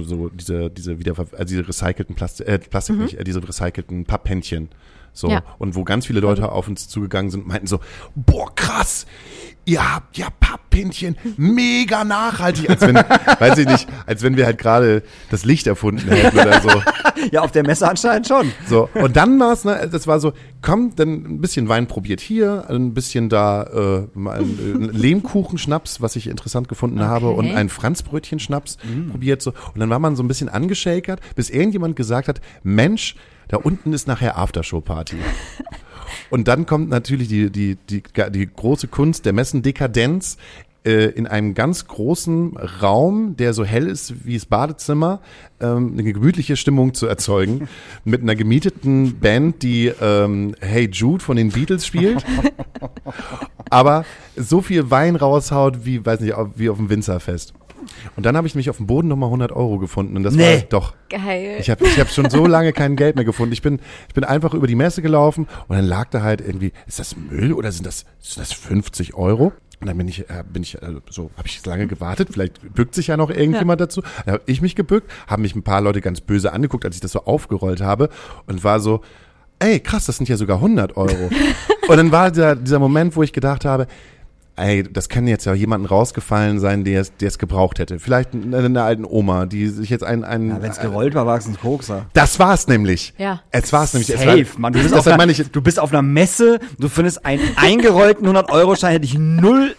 recycelten diese recycelten Papppännchen. So, ja. Und wo ganz viele Leute auf uns zugegangen sind und meinten so, boah, krass, ihr habt ja Papppinchen, mega nachhaltig, als wenn wir halt gerade das Licht erfunden hätten oder so. Ja, auf der Messe anscheinend schon. So, und dann war es, das war so, komm, dann ein bisschen Wein probiert hier, ein bisschen da, ein Lehmkuchenschnaps, was ich interessant gefunden habe, und ein Franzbrötchenschnaps probiert so. Und dann war man so ein bisschen angeschäkert, bis irgendjemand gesagt hat, Mensch, da unten ist nachher Aftershow-Party. Und dann kommt natürlich die große Kunst der Messendekadenz, in einem ganz großen Raum, der so hell ist wie das Badezimmer, eine gemütliche Stimmung zu erzeugen, mit einer gemieteten Band, die Hey Jude von den Beatles spielt, aber so viel Wein raushaut wie, weiß nicht, wie auf dem Winzerfest. Und dann habe ich mich auf dem Boden nochmal 100 € gefunden und das war doch geil. Ich hab schon so lange kein Geld mehr gefunden. Ich bin einfach über die Messe gelaufen und dann lag da halt irgendwie, ist das Müll oder sind das 50 €? Und dann habe ich lange gewartet, vielleicht bückt sich ja noch irgendjemand dazu. Dann habe ich mich gebückt, haben mich ein paar Leute ganz böse angeguckt, als ich das so aufgerollt habe und war so, ey, krass, das sind ja sogar 100 €. Und dann war dieser Moment, wo ich gedacht habe, ey, das kann jetzt ja jemanden rausgefallen sein, der es gebraucht hätte. Vielleicht eine alten Oma, die sich jetzt wenn es gerollt war es ein Kokser. Das war's nämlich. Ja. Es war's nämlich. Safe, Mann. Du bist auf einer Messe, du findest einen eingerollten 100-Euro-Schein, hätte ich null,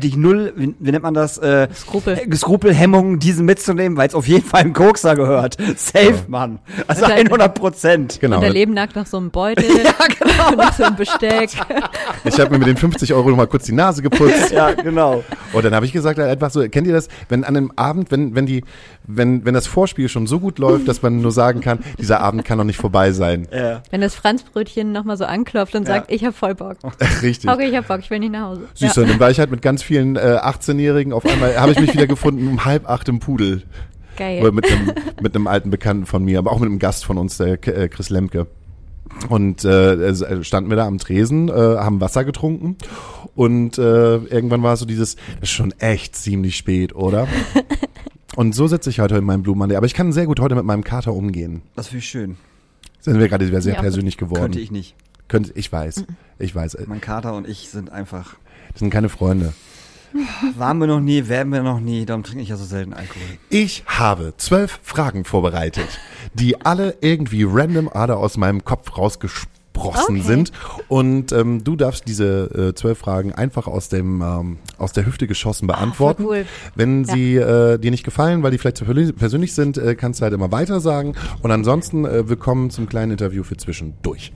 wie nennt man das? Skrupelhemmung, diesen mitzunehmen, weil es auf jeden Fall ein Kokser gehört. Safe, Mann. Also 100%. Genau. Und daneben lag noch so ein Beutel. Ja, genau. Und noch so ein Besteck. Ich habe mir mit den 50 € noch mal kurz die Nase geputzt. Ja, genau. Und dann habe ich gesagt, einfach so, kennt ihr das, wenn an einem Abend, wenn das Vorspiel schon so gut läuft, dass man nur sagen kann, dieser Abend kann noch nicht vorbei sein. Ja. Wenn das Franzbrötchen nochmal so anklopft und sagt, ich habe voll Bock. Richtig. Okay, ich habe Bock, ich will nicht nach Hause. Siehst du, dann war ich halt mit ganz vielen 18-Jährigen, auf einmal habe ich mich wieder gefunden um 7:30 im Pudel. Geil. Mit einem alten Bekannten von mir, aber auch mit einem Gast von uns, der Chris Lemke. Und standen wir da am Tresen, haben Wasser getrunken und irgendwann war so das ist schon echt ziemlich spät, oder? Und so sitze ich heute in meinem Blue Monday. Aber ich kann sehr gut heute mit meinem Kater umgehen. Das finde ich schön. Sind wir gerade sehr persönlich geworden. Könnte ich nicht. Ich weiß. Mein Kater und ich sind einfach... Das sind keine Freunde. Waren wir noch nie, werden wir noch nie, darum trinke ich ja so selten Alkohol. Ich habe 12 Fragen vorbereitet, die alle irgendwie random aus meinem Kopf rausgesprossen sind. Und du darfst diese 12 Fragen einfach aus der Hüfte geschossen beantworten. Cool. Wenn sie dir nicht gefallen, weil die vielleicht zu persönlich sind, kannst du halt immer weiter sagen. Und ansonsten willkommen zum kleinen Interview für zwischendurch.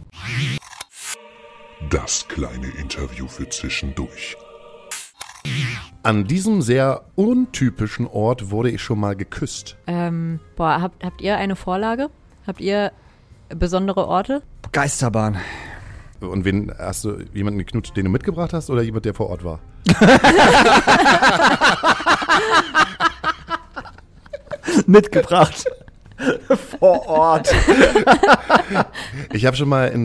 Das kleine Interview für zwischendurch. An diesem sehr untypischen Ort wurde ich schon mal geküsst. Habt ihr eine Vorlage? Habt ihr besondere Orte? Geisterbahn. Und wen hast du jemanden geknutscht, den du mitgebracht hast, oder jemand, der vor Ort war? Mitgebracht. Vor Ort. Ich habe schon mal in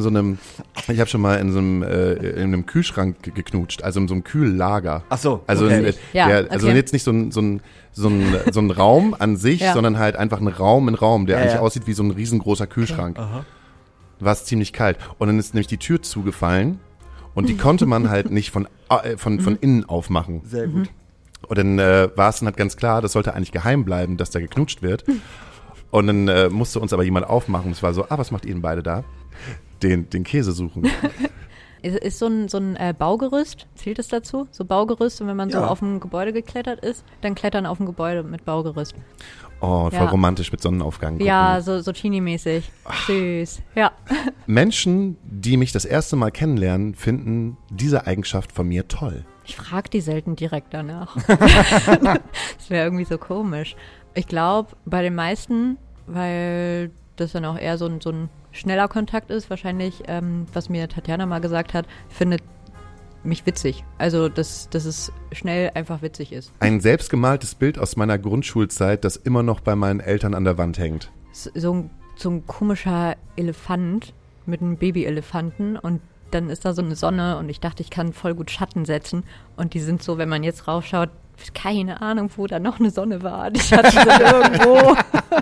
einem Kühlschrank geknutscht, also in so einem Kühllager. Ach so. Also, okay. Also jetzt nicht so ein Raum an sich, sondern halt einfach ein Raum, der eigentlich aussieht wie so ein riesengroßer Kühlschrank. Okay. Aha. War es ziemlich kalt. Und dann ist nämlich die Tür zugefallen und die konnte man halt nicht von innen aufmachen. Sehr gut. Und dann war es dann halt ganz klar, das sollte eigentlich geheim bleiben, dass da geknutscht wird. Und dann musste uns aber jemand aufmachen. Es war so, was macht ihr denn beide da? Den Käse suchen. Ist so ein Baugerüst, zählt es dazu? So Baugerüst, und wenn man so auf ein Gebäude geklettert ist, dann klettern auf ein Gebäude mit Baugerüst. Oh, voll romantisch mit Sonnenaufgang gucken. Ja, so Teenie-mäßig. Süß, ja. Menschen, die mich das erste Mal kennenlernen, finden diese Eigenschaft von mir toll. Ich frage die selten direkt danach. Das wäre irgendwie so komisch. Ich glaube, bei den meisten, weil das dann auch eher so ein schneller Kontakt ist, wahrscheinlich, was mir Tatjana mal gesagt hat, findet mich witzig. Also, dass es schnell einfach witzig ist. Ein selbstgemaltes Bild aus meiner Grundschulzeit, das immer noch bei meinen Eltern an der Wand hängt. So ein komischer Elefant mit einem Babyelefanten, und dann ist da so eine Sonne, und ich dachte, ich kann voll gut Schatten setzen, und die sind so, wenn man jetzt raufschaut, keine Ahnung, wo da noch eine Sonne war. Die Schatten sind irgendwo.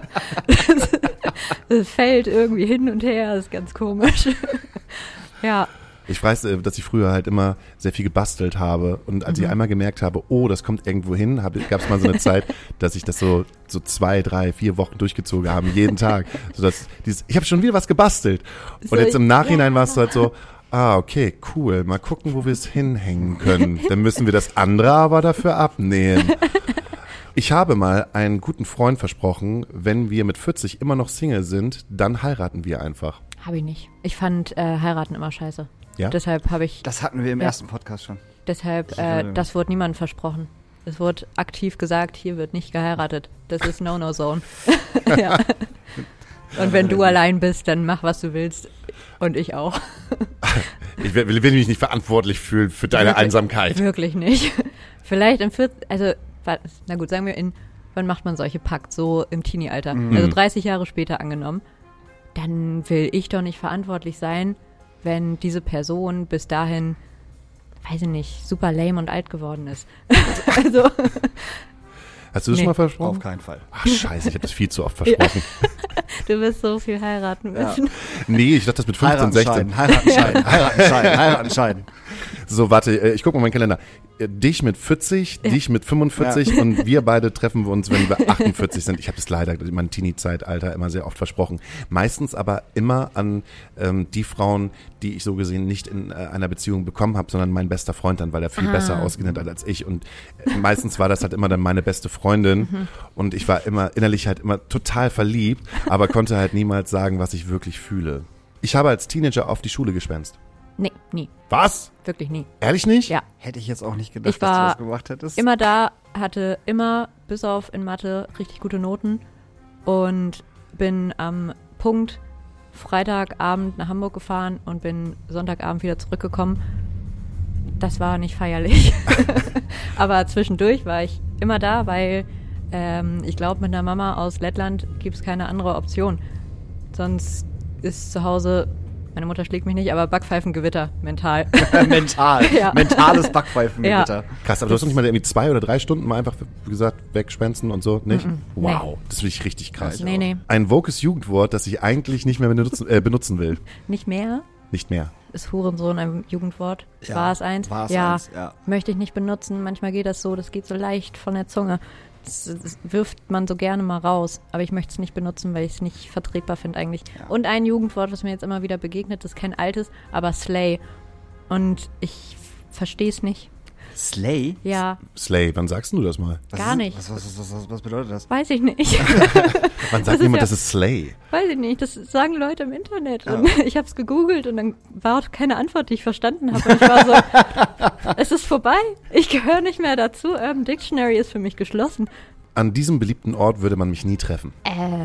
Das fällt irgendwie hin und her, das ist ganz komisch. Ja. Ich weiß, dass ich früher halt immer sehr viel gebastelt habe, und als ich einmal gemerkt habe, oh, das kommt irgendwo hin, gab es mal so eine Zeit, dass ich das so 2, 3, 4 Wochen durchgezogen habe, jeden Tag. Sodass ich habe schon wieder was gebastelt. Und jetzt im Nachhinein war es halt so, okay, cool, mal gucken, wo wir es hinhängen können. Dann müssen wir das andere aber dafür abnähen. Ich habe mal einen guten Freund versprochen, wenn wir mit 40 immer noch Single sind, dann heiraten wir einfach. Habe ich nicht. Ich fand heiraten immer scheiße. Ja? Deshalb habe ich... Das hatten wir im ersten Podcast schon. Deshalb, das wurde niemandem versprochen. Es wurde aktiv gesagt, hier wird nicht geheiratet. Das ist No-No-Zone. Ja. Und wenn du allein bist, dann mach, was du willst. Und ich auch. Ich will mich nicht verantwortlich fühlen für deine Einsamkeit. Wirklich nicht. Vielleicht na gut, sagen wir wann macht man solche Pakt? So im Teenie-Alter. Also 30 Jahre später angenommen. Dann will ich doch nicht verantwortlich sein, wenn diese Person bis dahin, weiß ich nicht, super lame und alt geworden ist. Also. Hast du das schon mal versprochen? Auf keinen Fall. Ach, scheiße, ich habe das viel zu oft versprochen. Du wirst so viel heiraten müssen. Ja. Nee, ich dachte das mit 15, 16. Heiraten scheiden. So, warte, ich guck mal meinen Kalender. Dich mit 40, dich mit 45 und wir beide treffen wir uns, wenn wir 48 sind. Ich habe das leider in meinem Teenie-Zeitalter immer sehr oft versprochen. Meistens aber immer an die Frauen, die ich so gesehen nicht in einer Beziehung bekommen habe, sondern mein bester Freund dann, weil er viel besser ausgesehen hat als ich. Und meistens war das halt immer dann meine beste Freundin. Und ich war immer innerlich halt immer total verliebt, aber konnte halt niemals sagen, was ich wirklich fühle. Ich habe als Teenager auf die Schule geschwänzt. Nee, nie. Was? Wirklich nie. Ehrlich nicht? Ja. Hätte ich jetzt auch nicht gedacht, Ich war dass du das gemacht hättest. immer da, hatte immer, bis auf in Mathe, richtig gute Noten und bin am Punkt Freitagabend nach Hamburg gefahren und bin Sonntagabend wieder zurückgekommen. Das war nicht feierlich. Aber zwischendurch war ich immer da, weil ich glaube, mit einer Mama aus Lettland gibt es keine andere Option. Sonst ist zu Hause, meine Mutter schlägt mich nicht, aber Backpfeifengewitter, mental. Mental. Ja. Mentales Backpfeifengewitter. Ja. Krass, aber du hast doch nicht mal irgendwie 2 oder 3 Stunden mal einfach, wie gesagt, wegschwänzen und so, nicht? Wow, das finde ich richtig krass. Nee. Ein wokes Jugendwort, das ich eigentlich nicht mehr benutzen will. Nicht mehr? Nicht mehr. Ist Hurensohn ein Jugendwort? Ja, War es eins? war es Ja, eins, ja. Möchte ich nicht benutzen. Manchmal geht das so, das geht so leicht von der Zunge. Das wirft man so gerne mal raus. Aber ich möchte es nicht benutzen, weil ich es nicht vertretbar finde eigentlich. Ja. Und ein Jugendwort, was mir jetzt immer wieder begegnet, ist kein altes, aber Slay. Und ich verstehe es nicht. Slay? Ja, Slay, wann sagst du das mal? gar nicht. Was bedeutet das? Weiß ich nicht. Wann sagt ist jemand, ja- das ist Slay? Weiß ich nicht, das sagen Leute im Internet. Und ich habe es gegoogelt und dann war auch keine Antwort, die ich verstanden habe. Und ich war so, es ist vorbei. Ich gehöre nicht mehr dazu. Urban Dictionary ist für mich geschlossen. An diesem beliebten Ort würde man mich nie treffen.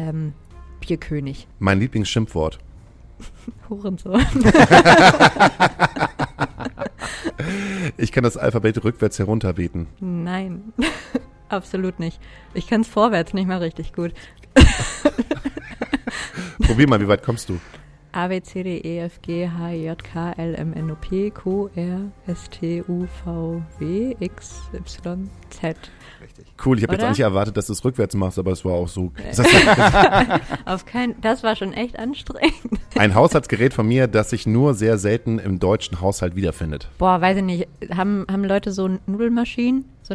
Bierkönig. Mein Lieblingsschimpfwort. Hurensohn. Ich kann das Alphabet rückwärts herunterbeten. Nein, absolut nicht. Ich kann es vorwärts nicht mal richtig gut. Probier mal, wie weit kommst du? A, B, C, D, E, F, G, H, I, J, K, L, M, N, O, P, Q, R, S, T, U, V, W, X, Y, Z. Cool, ich habe jetzt Oder? auch nicht erwartet, dass du es rückwärts machst, aber es war auch so. Das war schon echt anstrengend. Ein Haushaltsgerät von mir, das sich nur sehr selten im deutschen Haushalt wiederfindet. Boah, weiß ich nicht. Haben Leute so Nudelmaschinen, so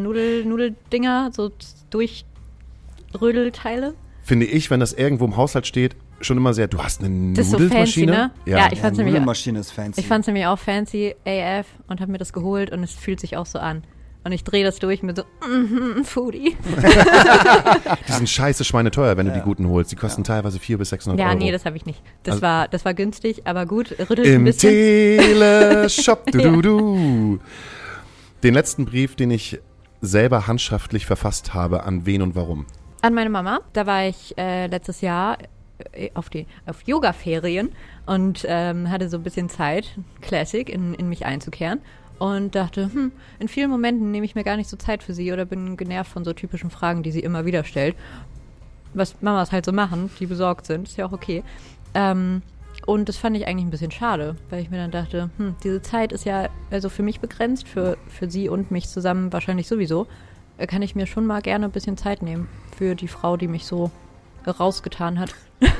Nudeldinger, so Durchrödelteile? Finde ich, wenn das irgendwo im Haushalt steht, schon immer sehr, du hast eine Das ist so fancy, Nudelmaschine? ne? Ja, ich fand's nämlich Nudelmaschine ist fancy. Ich fand es nämlich auch fancy AF und habe mir das geholt und es fühlt sich auch so an. Und ich drehe das durch mit so, Foodie. Die sind scheiße schweineteuer, wenn du die guten holst. Die kosten teilweise 400 bis 600 Euro. Ja, nee, das habe ich nicht. Das war günstig, aber gut. Rüttelt ein Im bisschen. Teleshop, du. Den letzten Brief, den ich selber handschriftlich verfasst habe, an wen und warum? An meine Mama. Da war ich letztes Jahr auf Yoga-Ferien und hatte so ein bisschen Zeit, Classic, in mich einzukehren. Und dachte, in vielen Momenten nehme ich mir gar nicht so Zeit für sie oder bin genervt von so typischen Fragen, die sie immer wieder stellt. Was Mamas halt so machen, die besorgt sind, ist ja auch okay. Und das fand ich eigentlich ein bisschen schade, weil ich mir dann dachte, diese Zeit ist ja also für mich begrenzt, für sie und mich zusammen wahrscheinlich sowieso. Kann ich mir schon mal gerne ein bisschen Zeit nehmen für die Frau, die mich so rausgetan hat.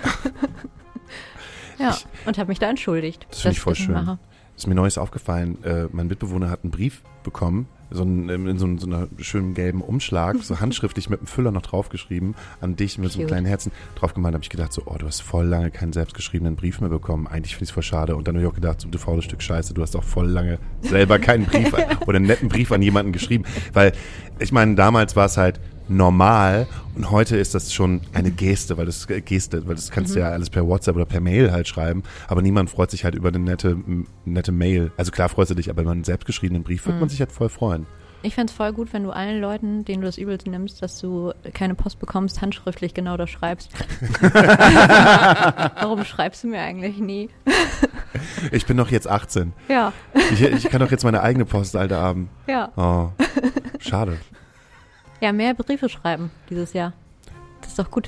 Ja, und habe mich da entschuldigt. Das finde ich voll schön. Mache. Ist mir Neues aufgefallen. Mein Mitbewohner hat einen Brief bekommen, in so einer schönen gelben Umschlag, so handschriftlich mit einem Füller noch draufgeschrieben, an dich mit so einem kleinen Herzen drauf gemalt. Habe ich gedacht, so, du hast voll lange keinen selbstgeschriebenen Brief mehr bekommen. Eigentlich finde ich es voll schade. Und dann habe ich auch gedacht, so, du faules Stück Scheiße, du hast auch voll lange selber keinen Brief oder einen netten Brief an jemanden geschrieben. Weil, ich meine, damals war es halt normal und heute ist das schon eine Geste, weil das kannst du ja alles per WhatsApp oder per Mail halt schreiben, aber niemand freut sich halt über eine nette Mail. Also klar freust du dich, aber über einen selbstgeschriebenen Brief wird man sich halt voll freuen. Ich fände es voll gut, wenn du allen Leuten, denen du das übelst nimmst, dass du keine Post bekommst, handschriftlich genau das schreibst. Warum schreibst du mir eigentlich nie? Ich bin doch jetzt 18. Ja. Ich kann doch jetzt meine eigene Post, alter Abend. Ja. Oh, schade. Ja, mehr Briefe schreiben dieses Jahr. Das ist doch gut.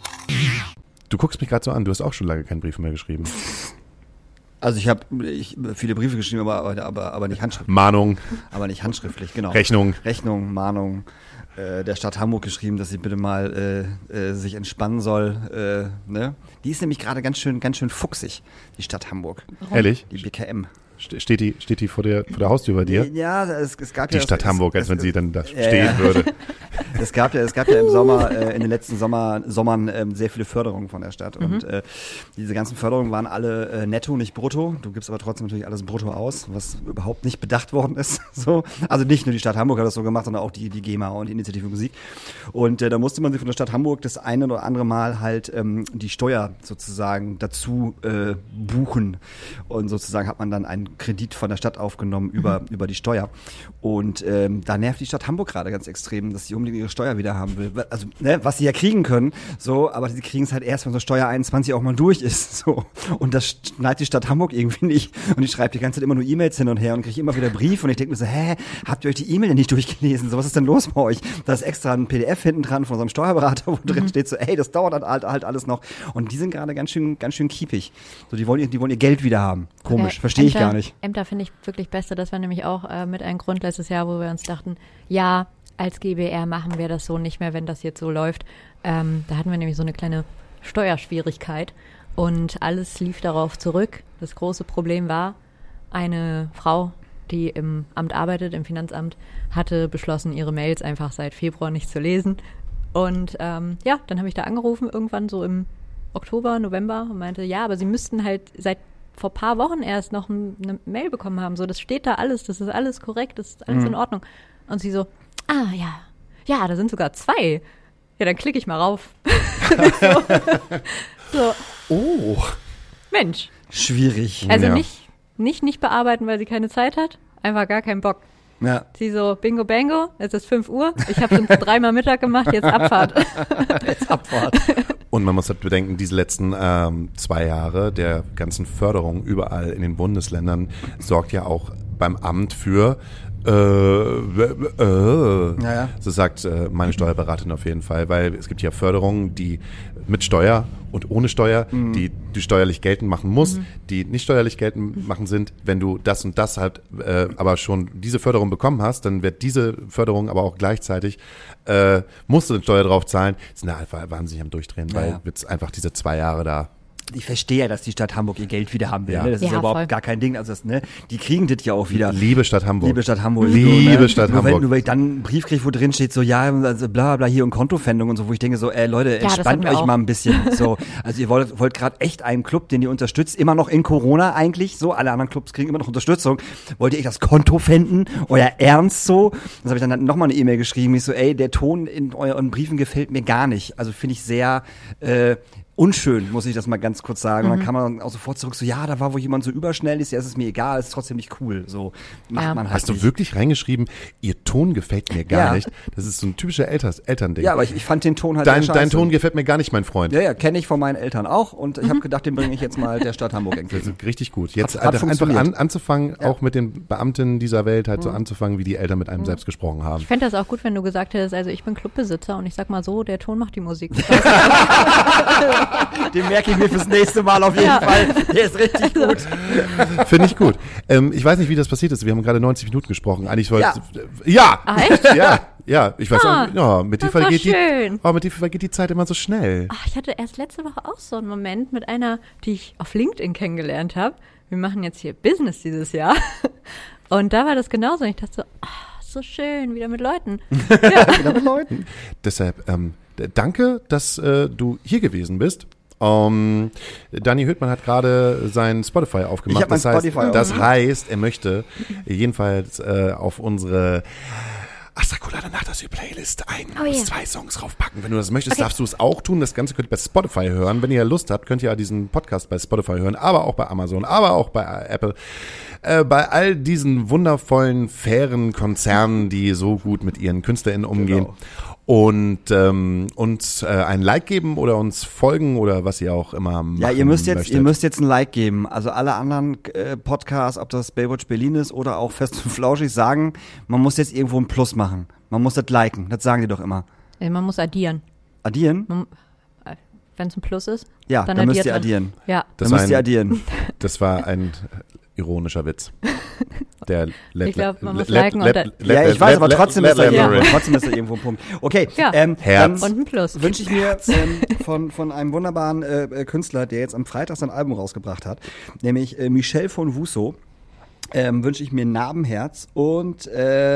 Du guckst mich gerade so an, du hast auch schon lange keinen Brief mehr geschrieben. Also ich habe viele Briefe geschrieben, aber nicht handschriftlich. Mahnung. Aber nicht handschriftlich, genau. Rechnung, Mahnung. Der Stadt Hamburg geschrieben, dass sie bitte mal sich entspannen soll. Ne? Die ist nämlich gerade ganz schön fuchsig, die Stadt Hamburg. Warum? Ehrlich? Die BKM. Steht die vor der Haustür bei dir? Ja, es gab die ja... Stadt Hamburg, als wenn sie dann da stehen würde. Es gab ja im Sommer, in den letzten Sommern sehr viele Förderungen von der Stadt. Und diese ganzen Förderungen waren alle netto, nicht brutto. Du gibst aber trotzdem natürlich alles brutto aus, was überhaupt nicht bedacht worden ist. So. Also nicht nur die Stadt Hamburg hat das so gemacht, sondern auch die GEMA und die Initiative Musik. Und da musste man sich von der Stadt Hamburg das eine oder andere Mal halt die Steuer sozusagen dazu buchen. Und sozusagen hat man dann einen Kredit von der Stadt aufgenommen über die Steuer. Und da nervt die Stadt Hamburg gerade ganz extrem, dass sie unbedingt ihre Steuer wieder haben will. Also, ne, was sie ja kriegen können, so, aber sie kriegen es halt erst, wenn so Steuer 21 auch mal durch ist. So. Und das schneidet die Stadt Hamburg irgendwie nicht. Und ich schreibe die ganze Zeit immer nur E-Mails hin und her und kriege immer wieder Briefe. Und ich denke mir so, habt ihr euch die E-Mail denn nicht durchgelesen? So, was ist denn los bei euch? Da ist extra ein PDF hinten dran von unserem Steuerberater, wo drin steht so, das dauert halt alles noch. Und die sind gerade ganz schön kiepig. So, die wollen ihr Geld wieder haben. Komisch, verstehe ich gar nicht. Ämter finde ich wirklich beste. Das war nämlich auch mit ein Grund letztes Jahr, wo wir uns dachten, ja, als GBR machen wir das so nicht mehr, wenn das jetzt so läuft. Da hatten wir nämlich so eine kleine Steuerschwierigkeit und alles lief darauf zurück. Das große Problem war, eine Frau, die im Amt arbeitet, im Finanzamt, hatte beschlossen, ihre Mails einfach seit Februar nicht zu lesen. Und dann habe ich da angerufen, irgendwann so im Oktober, November und meinte, ja, aber sie müssten halt vor ein paar Wochen erst noch eine Mail bekommen haben. So, das steht da alles, das ist alles korrekt, das ist alles in Ordnung. Und sie so, ja, da sind sogar 2. Ja, dann klicke ich mal rauf. so. Oh. Mensch. Schwierig. Also nicht bearbeiten, weil sie keine Zeit hat. Einfach gar keinen Bock. Ja. Sie so, Bingo Bango, es ist 5 Uhr. Ich habe schon 3-mal Mittag gemacht, jetzt Abfahrt. Und man muss halt bedenken, diese letzten 2 Jahre der ganzen Förderung überall in den Bundesländern sorgt ja auch beim Amt für So sagt meine Steuerberaterin auf jeden Fall, weil es gibt ja Förderungen, die mit Steuer und ohne Steuer, die du steuerlich geltend machen musst, die nicht steuerlich geltend machen sind. Wenn du das und das halt aber schon diese Förderung bekommen hast, dann wird diese Förderung aber auch gleichzeitig musst du eine Steuer drauf zahlen. Das ist einfach wahnsinnig am Durchdrehen, weil jetzt einfach diese 2 Jahre da ich verstehe ja, dass die Stadt Hamburg ihr Geld wieder haben will. Ja. Ne? Das ist Ja, überhaupt voll. gar kein Ding. Also das, ne? Die kriegen das ja auch wieder. Liebe Stadt Hamburg. Liebe Stadt Hamburg. Liebe ne? Stadt nur Hamburg. Nur weil ich dann einen Brief kriege, wo drin steht, so, ja, also bla bla hier und Kontofendung und so, wo ich denke so, Leute, das entspannt hatten wir euch auch. mal ein bisschen. So, also ihr wollt gerade echt einen Club, den ihr unterstützt, immer noch in Corona eigentlich, so, alle anderen Clubs kriegen immer noch Unterstützung. Wollt ihr echt das Konto fänden? Euer Ernst so? Das habe ich dann nochmal eine E-Mail geschrieben, ich so, der Ton in euren Briefen gefällt mir gar nicht. Also finde ich sehr, unschön, muss ich das mal ganz kurz sagen. Dann kann man auch sofort zurück, so, ja, da war, wo jemand so überschnell ist, ja, es ist mir egal, es ist trotzdem nicht cool. So, macht Ja. man halt Hast du nicht. wirklich reingeschrieben, ihr Ton gefällt mir gar Ja. nicht? Das ist so ein typischer Elternding. Ja, aber ich fand den Ton halt sehr dein scheiße. Ton gefällt mir gar nicht, mein Freund. Ja, kenne ich von meinen Eltern auch und ich habe gedacht, den bringe ich jetzt mal der Stadt Hamburg entgegen. Das ist richtig gut. Jetzt Hat einfach funktioniert. anzufangen, auch mit den Beamten dieser Welt halt so anzufangen, wie die Eltern mit einem selbst gesprochen haben. Ich fände das auch gut, wenn du gesagt hättest, also ich bin Clubbesitzer und ich sag mal so, der Ton macht die Musik. Den merke ich mir fürs nächste Mal auf jeden Ja. Fall. Der ist richtig gut. Finde ich gut. Ich weiß nicht, wie das passiert ist. Wir haben gerade 90 Minuten gesprochen. Eigentlich wollte Ja. Ah, echt? Ja, ich weiß Ah, auch, ja, mit dir das war vergeht schön. vergeht die Zeit immer so schnell. Ach, ich hatte erst letzte Woche auch so einen Moment mit einer, die ich auf LinkedIn kennengelernt habe. Wir machen jetzt hier Business dieses Jahr. Und da war das genauso. Und ich dachte so, so schön, wieder mit Leuten. Wieder mit Leuten. Deshalb, danke, dass du hier gewesen bist. Dani Höhtmann hat gerade sein Spotify aufgemacht. Ich hab mein Spotify das heißt, er möchte jedenfalls auf unsere Astrakulade Nachtasyl-Playlist zwei Songs raufpacken. Wenn du das möchtest, darfst du es auch tun. Das Ganze könnt ihr bei Spotify hören. Wenn ihr Lust habt, könnt ihr diesen Podcast bei Spotify hören, aber auch bei Amazon, aber auch bei Apple. Bei all diesen wundervollen, fairen Konzernen, die so gut mit ihren KünstlerInnen umgehen. Genau. Und uns ein Like geben oder uns folgen oder was ihr auch immer machen Ja, ihr müsst möchtet. jetzt ein Like geben. Also alle anderen Podcasts, ob das Baywatch Berlin ist oder auch Fest und Flauschig, sagen, man muss jetzt irgendwo ein Plus machen. Man muss das liken. Das sagen die doch immer. Man muss addieren. Addieren? Wenn es ein Plus ist, Ja, dann müsst ihr addieren. Ja. Das Dann war müsst ihr ein- addieren. Das war ein ironischer Witz. Der Ich glaub, man muss liken und Ja, ich weiß, aber trotzdem ist da Labyrinth. irgendwo ein Punkt. Okay, Ja. Herz. Und ein Plus. wünsche ich mir von einem wunderbaren Künstler, der jetzt am Freitag sein Album rausgebracht hat, nämlich Michel von Wusso, wünsche ich mir Narbenherz und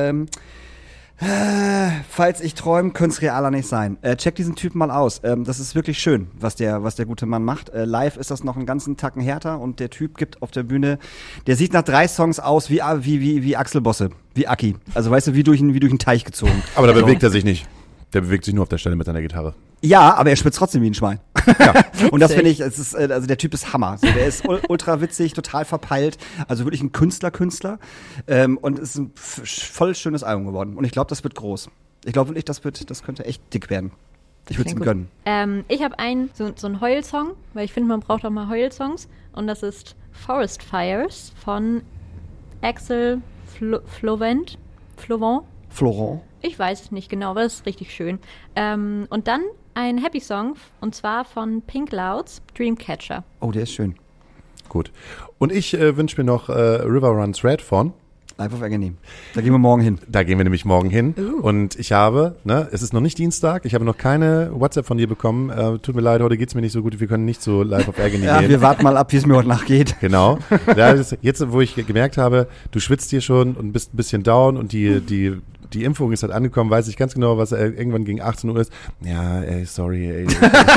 falls ich träume, könnte es realer nicht sein. Check diesen Typen mal aus. Das ist wirklich schön, was der gute Mann macht. Live ist das noch einen ganzen Tacken härter und der Typ gibt auf der Bühne, der sieht nach 3 Songs aus wie Axel Bosse, wie Aki. Also weißt du, wie durch einen Teich gezogen. Aber da bewegt er sich nicht. Der bewegt sich nur auf der Stelle mit seiner Gitarre. Ja, aber er spitzt trotzdem wie ein Schwein. Ja. Und das finde ich, es ist, also der Typ ist Hammer. So, der ist ultra witzig, total verpeilt. Also wirklich ein Künstler. Und es ist ein voll schönes Album geworden. Und ich glaube, das wird groß. Ich glaube wirklich, das könnte echt dick werden. Ich würde es ihm Klingt gönnen. Ich habe so einen Heulsong, weil ich finde, man braucht auch mal Heulsongs. Und das ist Forest Fires von Axel Flovent. Florent. Ich weiß es nicht genau, aber das ist richtig schön. Und dann ein Happy Song, und zwar von Pink Louds, Dreamcatcher. Oh, der ist schön. Gut. Und ich wünsche mir noch River Runs Red von. Live of Agony. Da gehen wir morgen hin. Da gehen wir nämlich morgen hin. Und ich habe, es ist noch nicht Dienstag, ich habe noch keine WhatsApp von dir bekommen. Tut mir leid, heute geht's mir nicht so gut, wir können nicht so Live of Agony Ja, gehen. wir warten mal ab, wie es mir heute Nacht geht. Genau. Ja, jetzt, wo ich gemerkt habe, du schwitzt hier schon und bist ein bisschen down und die Impfung ist halt angekommen, weiß ich ganz genau, was irgendwann gegen 18 Uhr ist. Ja, sorry, ey.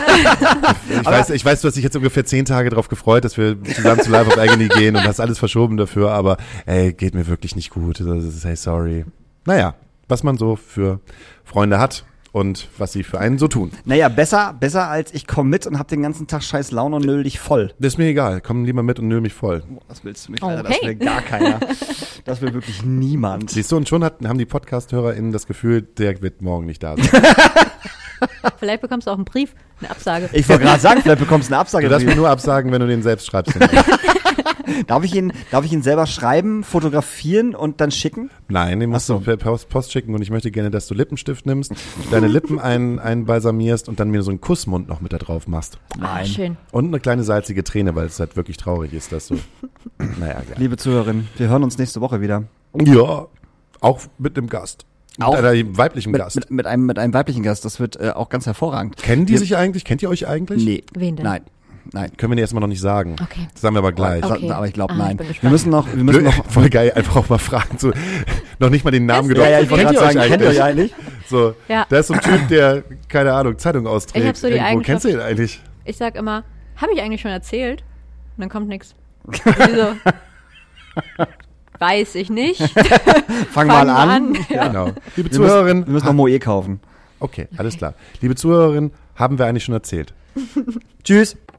Ich weiß, du hast dich jetzt ungefähr 10 Tage drauf gefreut, dass wir zusammen zu Live of Agony gehen und hast alles verschoben dafür, aber geht mir wirklich nicht gut. Hey, sorry. Naja, was man so für Freunde hat und was sie für einen so tun. Naja, besser als ich komme mit und hab den ganzen Tag scheiß Laune und nöl dich voll. Das ist mir egal. Komm lieber mit und nöl mich voll. Was willst du nicht, Alter? Das Okay. will gar keiner. Das will wirklich niemand. Siehst du, und schon haben die Podcast-HörerInnen das Gefühl, der wird morgen nicht da sein. Vielleicht bekommst du auch einen Brief, eine Absage. Ich wollte gerade sagen, vielleicht bekommst du eine Absage. Du darfst mir nur absagen, wenn du den selbst schreibst. Darf ich ihn selber schreiben, fotografieren und dann schicken? Nein, den musst du per Post schicken und ich möchte gerne, dass du Lippenstift nimmst, deine Lippen einbalsamierst und dann mir so einen Kussmund noch mit da drauf machst. Ah, schön. Und eine kleine salzige Träne, weil es halt wirklich traurig ist, dass du... Naja, klar. Liebe Zuhörerinnen, wir hören uns nächste Woche wieder. Ja, auch mit einem Gast. Auch mit einem weiblichen Gast. Mit einem weiblichen Gast. Das wird auch ganz hervorragend. Kennen die sich eigentlich? Kennt ihr euch eigentlich? Nee. Wen denn? Nein. Nein. Können wir dir erstmal noch nicht sagen. Okay. Das sagen wir aber gleich. Okay. Aber ich glaube, Ich nein. bin gespannt. Wir müssen noch. Voll geil, einfach auch mal fragen. So, noch nicht mal den Namen Ja, gedroppt. Ja, ich wollte gerade sagen, kennt ihr euch eigentlich? So, Ja. da ist so ein Typ, der, keine Ahnung, Zeitung austrägt. Ich hab so die Irgendwo. Kennst du ihn Eigenschaft- eigentlich? Ich sag immer, habe ich eigentlich schon erzählt? Und dann kommt nichts. Wieso? Weiß ich nicht. Fang mal an. Ja. Genau. Liebe Wir Zuhörerin, müssen noch Moe kaufen. okay, alles klar. Liebe Zuhörerin, haben wir eigentlich schon erzählt. Tschüss.